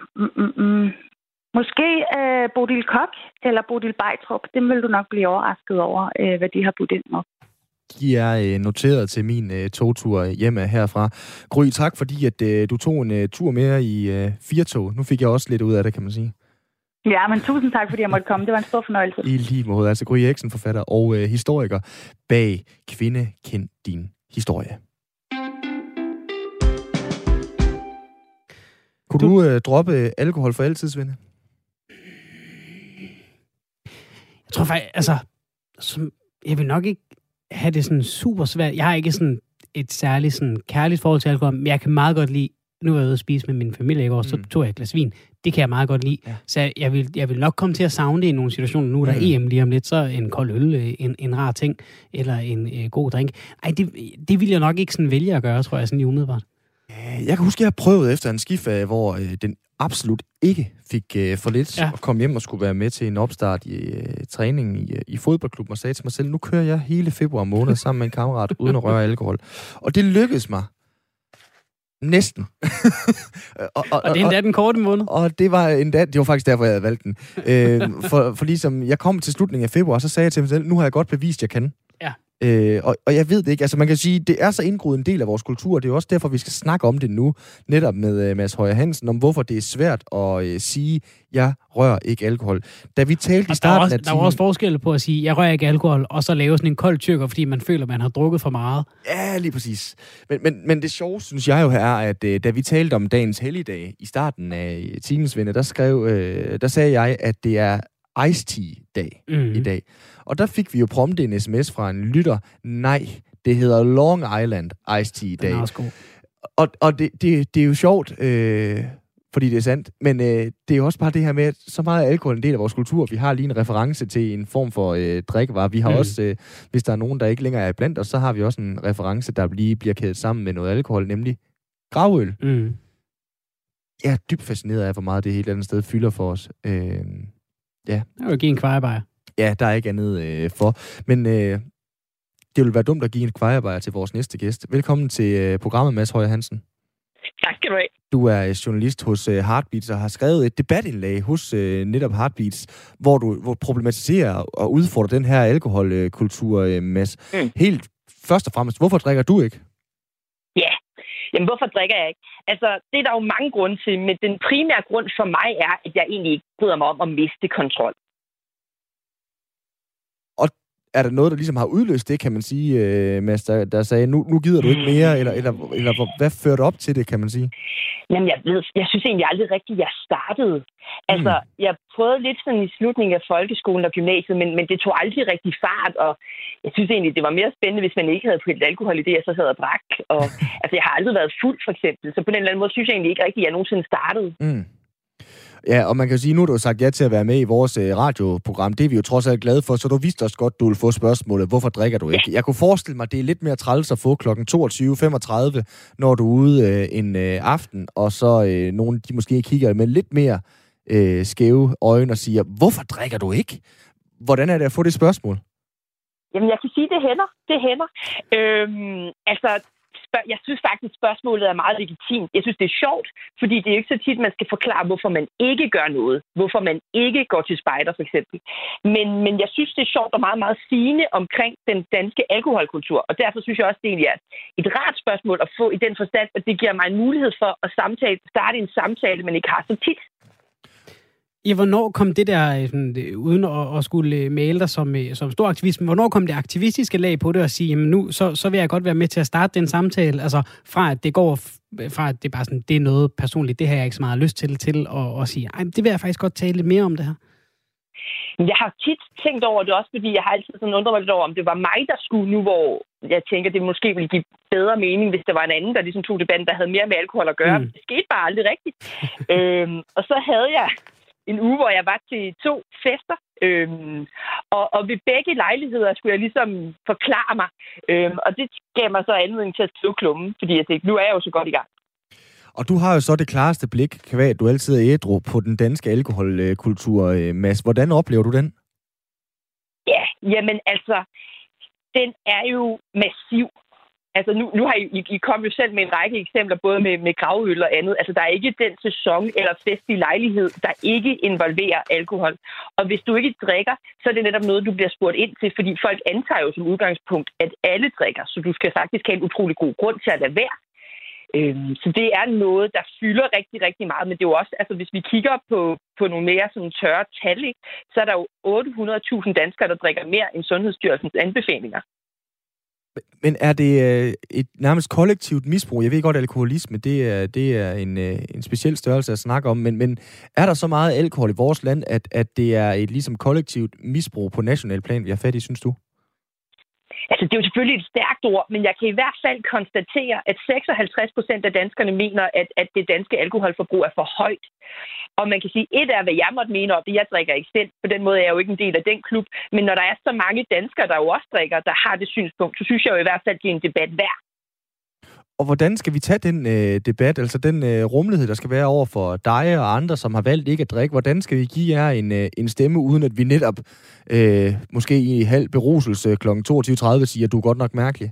Måske Bodil Koch eller Bodil Beitrop. Dem vil du nok blive overrasket over, hvad de har budt ind med. De er noteret til min togtur hjemme herfra. Gry, tak fordi at du tog en tur mere i Firtog. Nu fik jeg også lidt ud af det, kan man sige. Ja, men tusind tak, fordi jeg måtte komme. Det var en stor fornøjelse. I lige måde. Altså Gry Eriksen, forfatter og historiker bag Kvinde, kend din historie. Kunne du droppe alkohol for altid, Svende? Jeg tror faktisk, jeg vil nok ikke have det sådan super svært. Jeg har ikke sådan et særligt sådan kærligt forhold til alkohol, men jeg kan meget godt lide. Nu var jeg ude at spise med min familie i går, så tog jeg et glas vin. Det kan jeg meget godt lide. Ja. Så jeg vil nok komme til at savne det i nogle situationer. Nu er der EM lige om lidt, så en kold øl, en rar ting, eller en god drink. Ej, det vil jeg nok ikke sådan vælge at gøre, tror jeg, sådan lige umiddelbart. Jeg kan huske, jeg har prøvet efter en skiferie, hvor den absolut ikke fik for lidt, og kom hjem og skulle være med til en opstart i træningen i fodboldklubben, og sagde til mig selv, nu kører jeg hele februar måned sammen med en kammerat, uden at røre alkohol. Og det lykkedes mig. Næsten. og det er endda den korte måned. Og det var faktisk derfor, jeg havde valgt den. For ligesom, jeg kom til slutningen af februar, så sagde jeg til mig selv, nu har jeg godt bevist, jeg kan. Ja. Og jeg ved det ikke. Altså man kan sige, det er så indgroet en del af vores kultur. Det er også derfor, vi skal snakke om det nu. Netop med Mads Højer Hansen, om hvorfor det er svært at sige, jeg rører ikke alkohol. Da vi talte i starten af timen... Der er også forskel på at sige, jeg rører ikke alkohol, og så lave sådan en kold tyrker, fordi man føler, man har drukket for meget. Ja, lige præcis. Men det sjove, synes jeg jo her, er, at da vi talte om dagens helligdag i starten af Timens Venner, der sagde jeg, at det er Ice Tea-dag i dag. Og der fik vi jo prompte en sms fra en lytter. Nej, det hedder Long Island Ice Tea-dag. Den er også god. Og det er jo sjovt, fordi det er sandt, men det er jo også bare det her med, at så meget alkohol er en del af vores kultur. Vi har lige en reference til en form for drikkevarer. Vi har også, hvis der er nogen, der ikke længere er blandt os, så har vi også en reference, der lige bliver kædet sammen med noget alkohol, nemlig gravøl. Jeg er dybt fascineret af, hvor meget det helt andet sted fylder for os. Ja. Jeg vil give en kvejebajer. Ja, der er ikke andet for. Men det vil være dumt at give en kvejebajer til vores næste gæst. Velkommen til programmet, Mads Højer Hansen. Tak skal du have. Du er journalist hos Heartbeats og har skrevet et debatindlæg hos netop Heartbeats, hvor du problematiserer og udfordrer den her alkoholkultur, Mads. Helt først og fremmest, hvorfor drikker du ikke? Ja, jamen hvorfor drikker jeg ikke? Altså, det er der jo mange grunde til, men den primære grund for mig er, at jeg egentlig ikke bryder mig om at miste kontrol. Og er der noget, der ligesom har udløst det, kan man sige, Mads, der sagde, nu gider du ikke mere, eller hvad førte op til det, kan man sige? Jamen, jeg synes egentlig aldrig rigtigt, jeg startede. Altså, jeg prøvede lidt sådan i slutningen af folkeskolen og gymnasiet, men det tog aldrig rigtig fart, og jeg synes egentlig, det var mere spændende, hvis man ikke havde fået alkohol i det, jeg så sad og drak. Og, altså, jeg har aldrig været fuld, for eksempel, så på den eller anden måde synes jeg egentlig ikke rigtigt, at jeg nogensinde startede. Ja, og man kan sige, nu har du sagt ja til at være med i vores radioprogram. Det er vi jo trods alt glade for, så du vidste også godt, du ville få spørgsmålet, hvorfor drikker du ikke? Jeg kunne forestille mig, det er lidt mere træls at få kl. 22.35, når du er ude en aften, og så nogen, de måske kigger med lidt mere skæve øjne og siger, hvorfor drikker du ikke? Hvordan er det at få det spørgsmål? Jamen, jeg kan sige, det hænder. Altså, jeg synes faktisk, spørgsmålet er meget legitimt. Jeg synes, det er sjovt, fordi det er jo ikke så tit, man skal forklare, hvorfor man ikke gør noget. Hvorfor man ikke går til spejder, for eksempel. Men jeg synes, det er sjovt og meget, meget sigende omkring den danske alkoholkultur. Og derfor synes jeg også, det egentlig er et rart spørgsmål at få i den forstand, at det giver mig en mulighed for at starte en samtale, man ikke har så tit. Ja, hvornår kom det der, uden at skulle male dig som stor aktivist, hvornår kom det aktivistiske lag på det og sige, jamen nu, så vil jeg godt være med til at starte den samtale, altså fra at det er bare sådan, det er noget personligt, det har jeg ikke så meget lyst til at sige, ej, det vil jeg faktisk godt tale lidt mere om det her. Jeg har tit tænkt over det også, fordi jeg har altid sådan undret mig lidt over, om det var mig, der skulle nu, hvor jeg tænker, det måske ville give bedre mening, hvis der var en anden, der ligesom tog debatten, der havde mere med alkohol at gøre. Det skete bare aldrig rigtigt. Og så havde jeg en uge, hvor jeg var til 2 fester, og ved begge lejligheder skulle jeg ligesom forklare mig. Og det gav mig så anledning til at skrive klummen, fordi jeg tænkte, nu er jeg jo så godt i gang. Og du har jo så det klareste blik, kvad du altid er ædru på den danske alkoholkultur, Mads. Hvordan oplever du den? Ja, jamen altså, den er jo massiv. Altså nu har I kom jo selv med en række eksempler, både med gravøl og andet. Altså der er ikke den sæson eller festlig lejlighed, der ikke involverer alkohol. Og hvis du ikke drikker, så er det netop noget, du bliver spurgt ind til, fordi folk antager jo som udgangspunkt, at alle drikker. Så du skal faktisk have en utrolig god grund til at lade være. Så det er noget, der fylder rigtig, rigtig meget. Men det er jo også, altså hvis vi kigger på nogle mere sådan tørre tal, ikke, så er der jo 800.000 danskere, der drikker mere end Sundhedsstyrelsens anbefalinger. Men er det et nærmest kollektivt misbrug? Jeg ved godt, at alkoholisme, det er en speciel størrelse at snakke om, men er der så meget alkohol i vores land, at det er et ligesom kollektivt misbrug på national plan, vi har fat i, synes du? Altså, det er jo selvfølgelig et stærkt ord, men jeg kan i hvert fald konstatere, at 56% af danskerne mener, at det danske alkoholforbrug er for højt. Og man kan sige, et er, hvad jeg måtte mene om det. Jeg drikker ikke selv. På den måde er jeg jo ikke en del af den klub. Men når der er så mange danskere, der jo også drikker, der har det synspunkt, så synes jeg jo i hvert fald, at det er en debat værd. Og hvordan skal vi tage den debat, altså den rummelighed, der skal være over for dig og andre, som har valgt ikke at drikke? Hvordan skal vi give jer en stemme, uden at vi netop måske i halv beruselse kl. 22.30 siger, at du er godt nok mærkelig?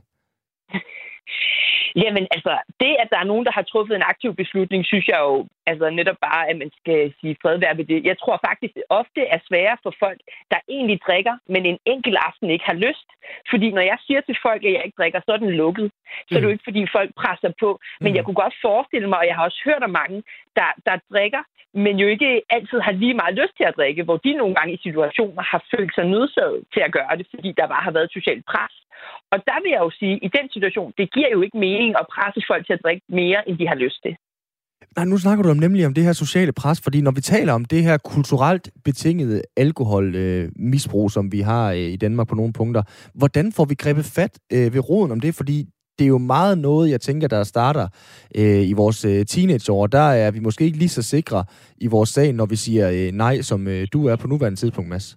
Jamen, altså, det, at der er nogen, der har truffet en aktiv beslutning, synes jeg jo altså netop bare, at man skal sige fred være ved det. Jeg tror faktisk, det ofte er sværere for folk, der egentlig drikker, men en enkelt aften ikke har lyst. Fordi når jeg siger til folk, at jeg ikke drikker, så er den lukket. Så er det jo ikke, fordi folk presser på. Men jeg kunne godt forestille mig, og jeg har også hørt om mange, der drikker, men jo ikke altid har lige meget lyst til at drikke, hvor de nogle gange i situationer har følt sig nødsaget til at gøre det, fordi der bare har været et socialt pres. Og der vil jeg jo sige, at i den situation, det giver jo ikke mening at presse folk til at drikke mere, end de har lyst til. Nej, nu snakker du nemlig om det her sociale pres, fordi når vi taler om det her kulturelt betingede alkoholmisbrug, som vi har i Danmark på nogle punkter, hvordan får vi grebet fat ved roden om det? Fordi det er jo meget noget, jeg tænker, der starter i vores teenageår. Der er vi måske ikke lige så sikre i vores sag, når vi siger nej, som du er på nuværende tidspunkt, Mads.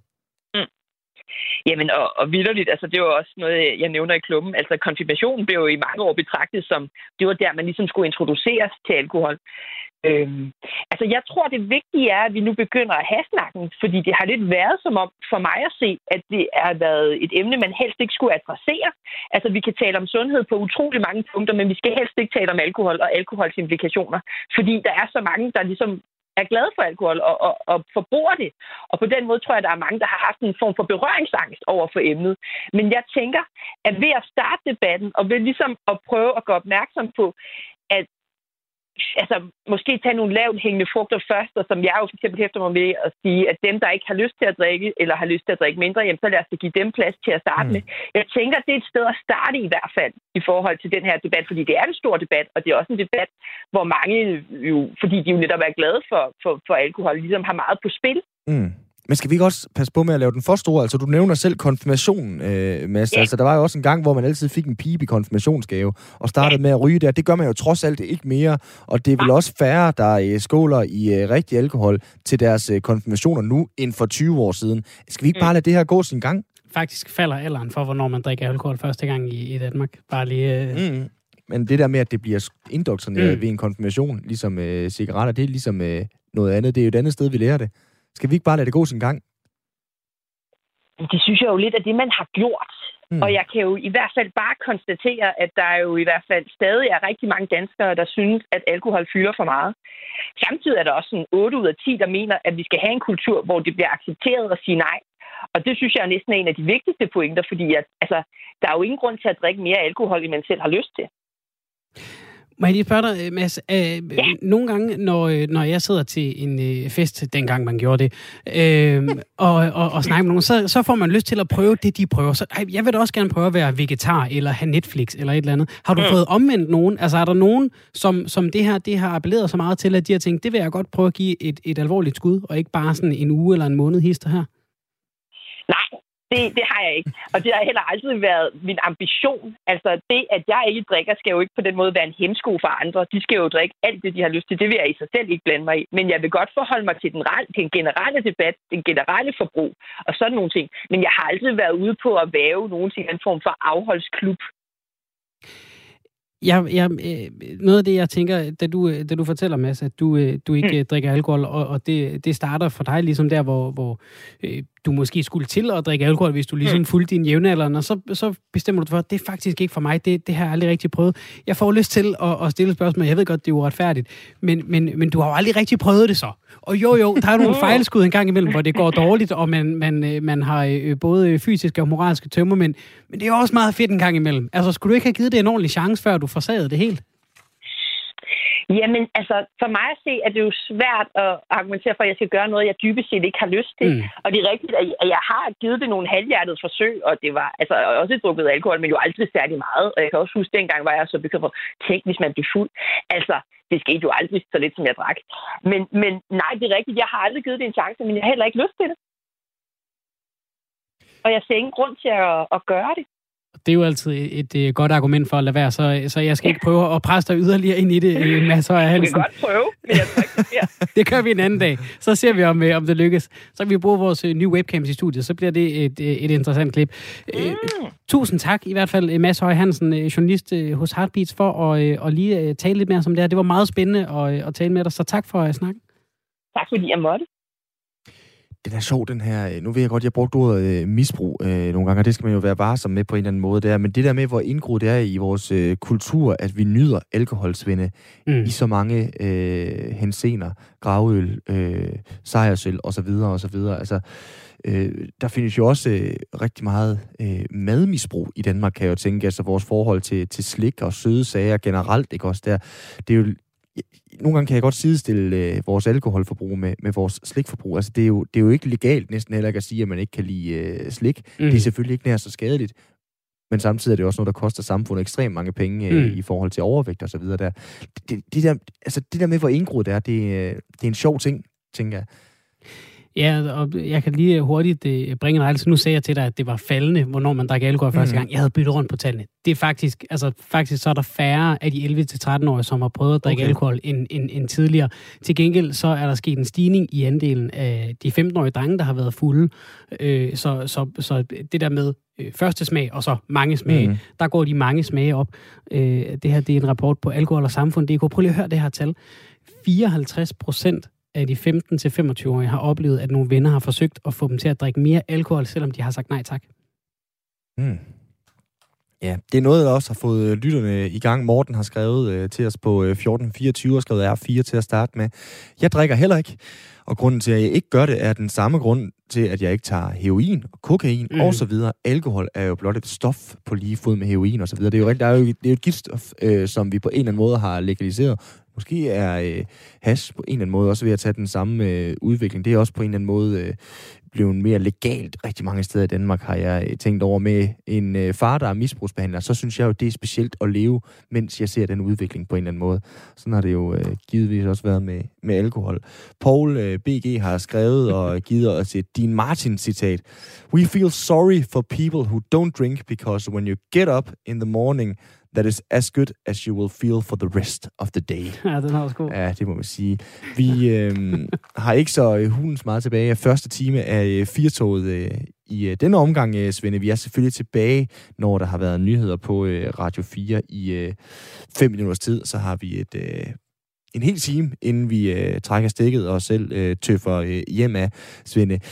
Jamen, og vitterligt, altså det var også noget, jeg nævner i klubben. Altså konfirmationen blev jo i mange år betragtet som, det var der, man ligesom skulle introduceres til alkohol. Altså jeg tror, det vigtige er, at vi nu begynder at have snakken, fordi det har lidt været som om, for mig at se, at det har været et emne, man helst ikke skulle adressere. Altså vi kan tale om sundhed på utrolig mange punkter, men vi skal helst ikke tale om alkohol og alkohols implikationer, fordi der er så mange, der ligesom er glade for alkohol og forbruger det. Og på den måde tror jeg, at der er mange, der har haft en form for berøringsangst over for emnet. Men jeg tænker, at ved at starte debatten, og ved ligesom at prøve at gå opmærksom på, at altså, måske tage nogle lavt hængende frugter først, og som jeg jo for eksempel hæfter mig med at sige, at dem, der ikke har lyst til at drikke, eller har lyst til at drikke mindre, jamen, så lad os give dem plads til at starte med. Jeg tænker, at det er et sted at starte i hvert fald, i forhold til den her debat, fordi det er en stor debat, og det er også en debat, hvor mange jo, fordi de jo netop er glade for alkohol, ligesom har meget på spil. Men skal vi ikke også passe på med at lave den for stor? Altså, du nævner selv konfirmationen, Mads. Ja. Altså, der var jo også en gang, hvor man altid fik en pibe i konfirmationsgave og startede med at ryge der. Det gør man jo trods alt ikke mere. Og det er vel også færre, der skåler i rigtig alkohol til deres konfirmationer nu, end for 20 år siden. Skal vi ikke bare lade det her gå sin gang? Faktisk falder alderen for, hvornår man drikker alkohol første gang i Danmark. Bare lige... Men det der med, at det bliver indoktrineret ved en konfirmation, ligesom cigaretter, det er ligesom noget andet. Det er jo et andet sted, vi lærer det. Skal vi ikke bare lade det gå sin gang? Det synes jeg jo lidt af det, man har gjort. Og jeg kan jo i hvert fald bare konstatere, at der jo i hvert fald stadig er rigtig mange danskere, der synes, at alkohol fylder for meget. Samtidig er der også sådan 8 ud af 10, der mener, at vi skal have en kultur, hvor det bliver accepteret at sige nej. Og det synes jeg er næsten en af de vigtigste pointer, fordi der er jo ingen grund til at drikke mere alkohol, end man selv har lyst til. Må jeg lige spørge dig, Mads? Nogle gange, når jeg sidder til en fest, dengang man gjorde det, og snakker med nogen, så får man lyst til at prøve det, de prøver. Så jeg vil da også gerne prøve at være vegetar, eller have Netflix, eller et eller andet. Har du fået omvendt nogen? Altså, er der nogen, som det har appelleret så meget til, at de har tænkt, det vil jeg godt prøve at give et alvorligt skud, og ikke bare sådan en uge eller en måned hister her? Nej. Det har jeg ikke. Og det har heller aldrig været min ambition. Altså det, at jeg ikke drikker, skal jo ikke på den måde være en hemsko for andre. De skal jo drikke alt det, de har lyst til. Det vil jeg i sig selv ikke blande mig i. Men jeg vil godt forholde mig til den generelle debat, den generelle forbrug og sådan nogle ting. Men jeg har aldrig været ude på at væve nogen til en form for afholdsklub. Noget af det, jeg tænker, da du fortæller, Mads, at du ikke drikker alkohol, og det starter for dig ligesom der, hvor du måske skulle til at drikke alkohol, hvis du ligesom fulgte din jævnaldrende, og så bestemmer du for, at det er faktisk ikke for mig, det har jeg aldrig rigtig prøvet. Jeg får lyst til at stille spørgsmål, jeg ved godt, det er uretfærdigt, men du har jo aldrig rigtig prøvet det så. Og jo, der er nogle fejlskud en gang imellem, hvor det går dårligt, og man har både fysiske og moralske tømmermænd, men det er jo også meget fedt en gang imellem. Altså, skulle du ikke have givet det en ordentlig chance, før du forsagede det helt? Jamen, altså, for mig at se, at det jo svært at argumentere for, at jeg skal gøre noget, jeg dybest set ikke har lyst til. Og det er rigtigt, at jeg har givet det nogle halvhjertede forsøg, og det var altså også drukket alkohol, men jo aldrig særlig meget. Og jeg kan også huske, dengang var jeg så bekymret for, tænk, hvis man blev fuld. Altså, det skete jo aldrig så lidt, som jeg drak. Men nej, det er rigtigt, jeg har aldrig givet det en chance, men jeg har heller ikke lyst til det. Og jeg ser ingen grund til at gøre det. Det er jo altid et godt argument for at lade være, så jeg skal ikke prøve at presse dig yderligere ind i det, Mads Høyer Hansen. Det kan godt prøve, men jeg tror ikke, det sker. Det gør vi en anden dag. Så ser vi, om det lykkes. Så kan vi bruge vores nye webcams i studiet, så bliver det et interessant klip. Tusind tak i hvert fald, Mads Høyer Hansen, journalist hos Heartbeats, for at lige tale lidt mere om det her. Det var meget spændende at tale med dig, så tak for at snakke. Tak fordi jeg måtte. Den er sjov, den her. Nu ved jeg godt, jeg brugte ordet misbrug nogle gange, og det skal man jo være varsom med på en eller anden måde der. Men det der med, hvor indgroet det er i vores kultur, at vi nyder alkoholsvinde i så mange hensener, gravøl, sejrsøl osv. osv. Altså, der findes jo også rigtig meget madmisbrug i Danmark, kan jeg jo tænke. Altså vores forhold til slik og søde sager generelt, ikke også der. Det er jo nogle gange kan jeg godt sidestille vores alkoholforbrug med vores slikforbrug. Altså, det er jo ikke legalt næsten heller ikke at sige, at man ikke kan lide slik. Det er selvfølgelig ikke nær så skadeligt. Men samtidig er det også noget, der koster samfundet ekstremt mange penge i forhold til overvægt og så videre. Der. Det der med, hvor indgroet det er en sjov ting, tænker jeg. Ja, og jeg kan lige hurtigt bringe en rejse. Nu sagde jeg til dig, at det var faldende, hvornår man drak alkohol første gang. Jeg havde byttet rundt på tallene. Det er faktisk så er der færre af de 11-13-årige, som har prøvet at drikke alkohol end tidligere. Til gengæld så er der sket en stigning i andelen af de 15-årige drenge, der har været fulde. Så det der med første smag og så mange smage, der går de mange smage op. Det her, det er en rapport på Alkohol og Samfund. Prøv lige at høre det her tal. 54% af de 15-25-årige har oplevet, at nogle venner har forsøgt at få dem til at drikke mere alkohol, selvom de har sagt nej tak. Ja, det er noget, der også har fået lytterne i gang. Morten har skrevet til os på 1424 og skrevet R4 til at starte med. Jeg drikker heller ikke, og grunden til, at jeg ikke gør det, er den samme grund til, at jeg ikke tager heroin og kokain og så videre. Alkohol er jo blot et stof på lige fod med heroin og så videre. Det er jo et giftstof, som vi på en eller anden måde har legaliseret. Måske er hash på en eller anden måde også ved at tage den samme udvikling. Det er også på en eller anden måde blevet mere legalt rigtig mange steder i Danmark, har jeg tænkt over. Med en far, der er misbrugsbehandler, så synes jeg jo, det er specielt at leve, mens jeg ser den udvikling på en eller anden måde. Sådan har det jo givetvis også været med alkohol. Paul BG har skrevet og givet os et Dean Martin-citat. We feel sorry for people who don't drink, because when you get up in the morning, that is as good as you will feel for the rest of the day. Ja, den er også god. Ja, det må man sige. Vi har ikke så hulens meget tilbage. Første time af Firtoget i denne omgang, Svende. Vi er selvfølgelig tilbage, når der har været nyheder på Radio 4 i 5 minutters tid. Så har vi en hel time, inden vi trækker stikket og selv tøffer hjem af, Svende.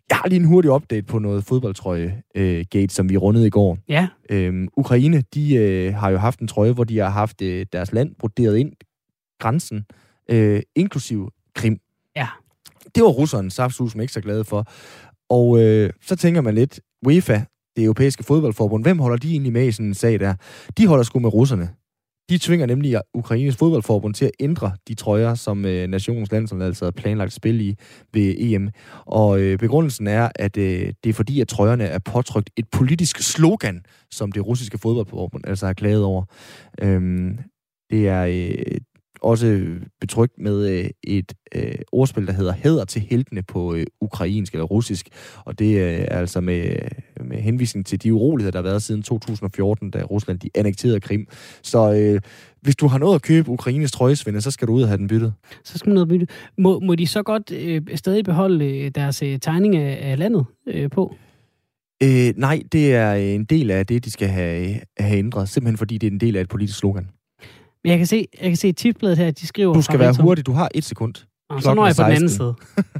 Jeg har lige en hurtig update på noget fodboldtrøje-gate, som vi rundede i går. Ja. Ukraine, de har jo haft en trøje, hvor de har haft deres land broderet ind grænsen, inklusiv Krim. Ja. Det var russerne saftsuseme ikke så glade for. Og så tænker man lidt, UEFA, det europæiske fodboldforbund, hvem holder de egentlig med i sådan en sag der? De holder sgu med russerne. De tvinger nemlig Ukraines fodboldforbund til at ændre de trøjer, som nationens landshold altså havde planlagt spil i ved EM. Og begrundelsen er, at det er fordi, at trøjerne er påtrykt et politisk slogan, som det russiske fodboldforbund altså har klaget over. Det er også betrykt med et ordspil, der hedder hæder til heltene på ukrainsk eller russisk. Og det er altså med henvisning til de uroligheder, der har været siden 2014, da Rusland de annekterede Krim. Så hvis du har noget at købe Ukraines trøjesvinde, så skal du ud og have den byttet. Så skal man ud og bytte. Må de så godt stadig beholde deres tegning af landet på? Nej, det er en del af det, de skal have ændret. Simpelthen fordi det er en del af et politisk slogan. Jeg kan se Tipsbladet her, de skriver... Du skal være hurtig, du har 1 sekund. Og så når jeg på den anden side.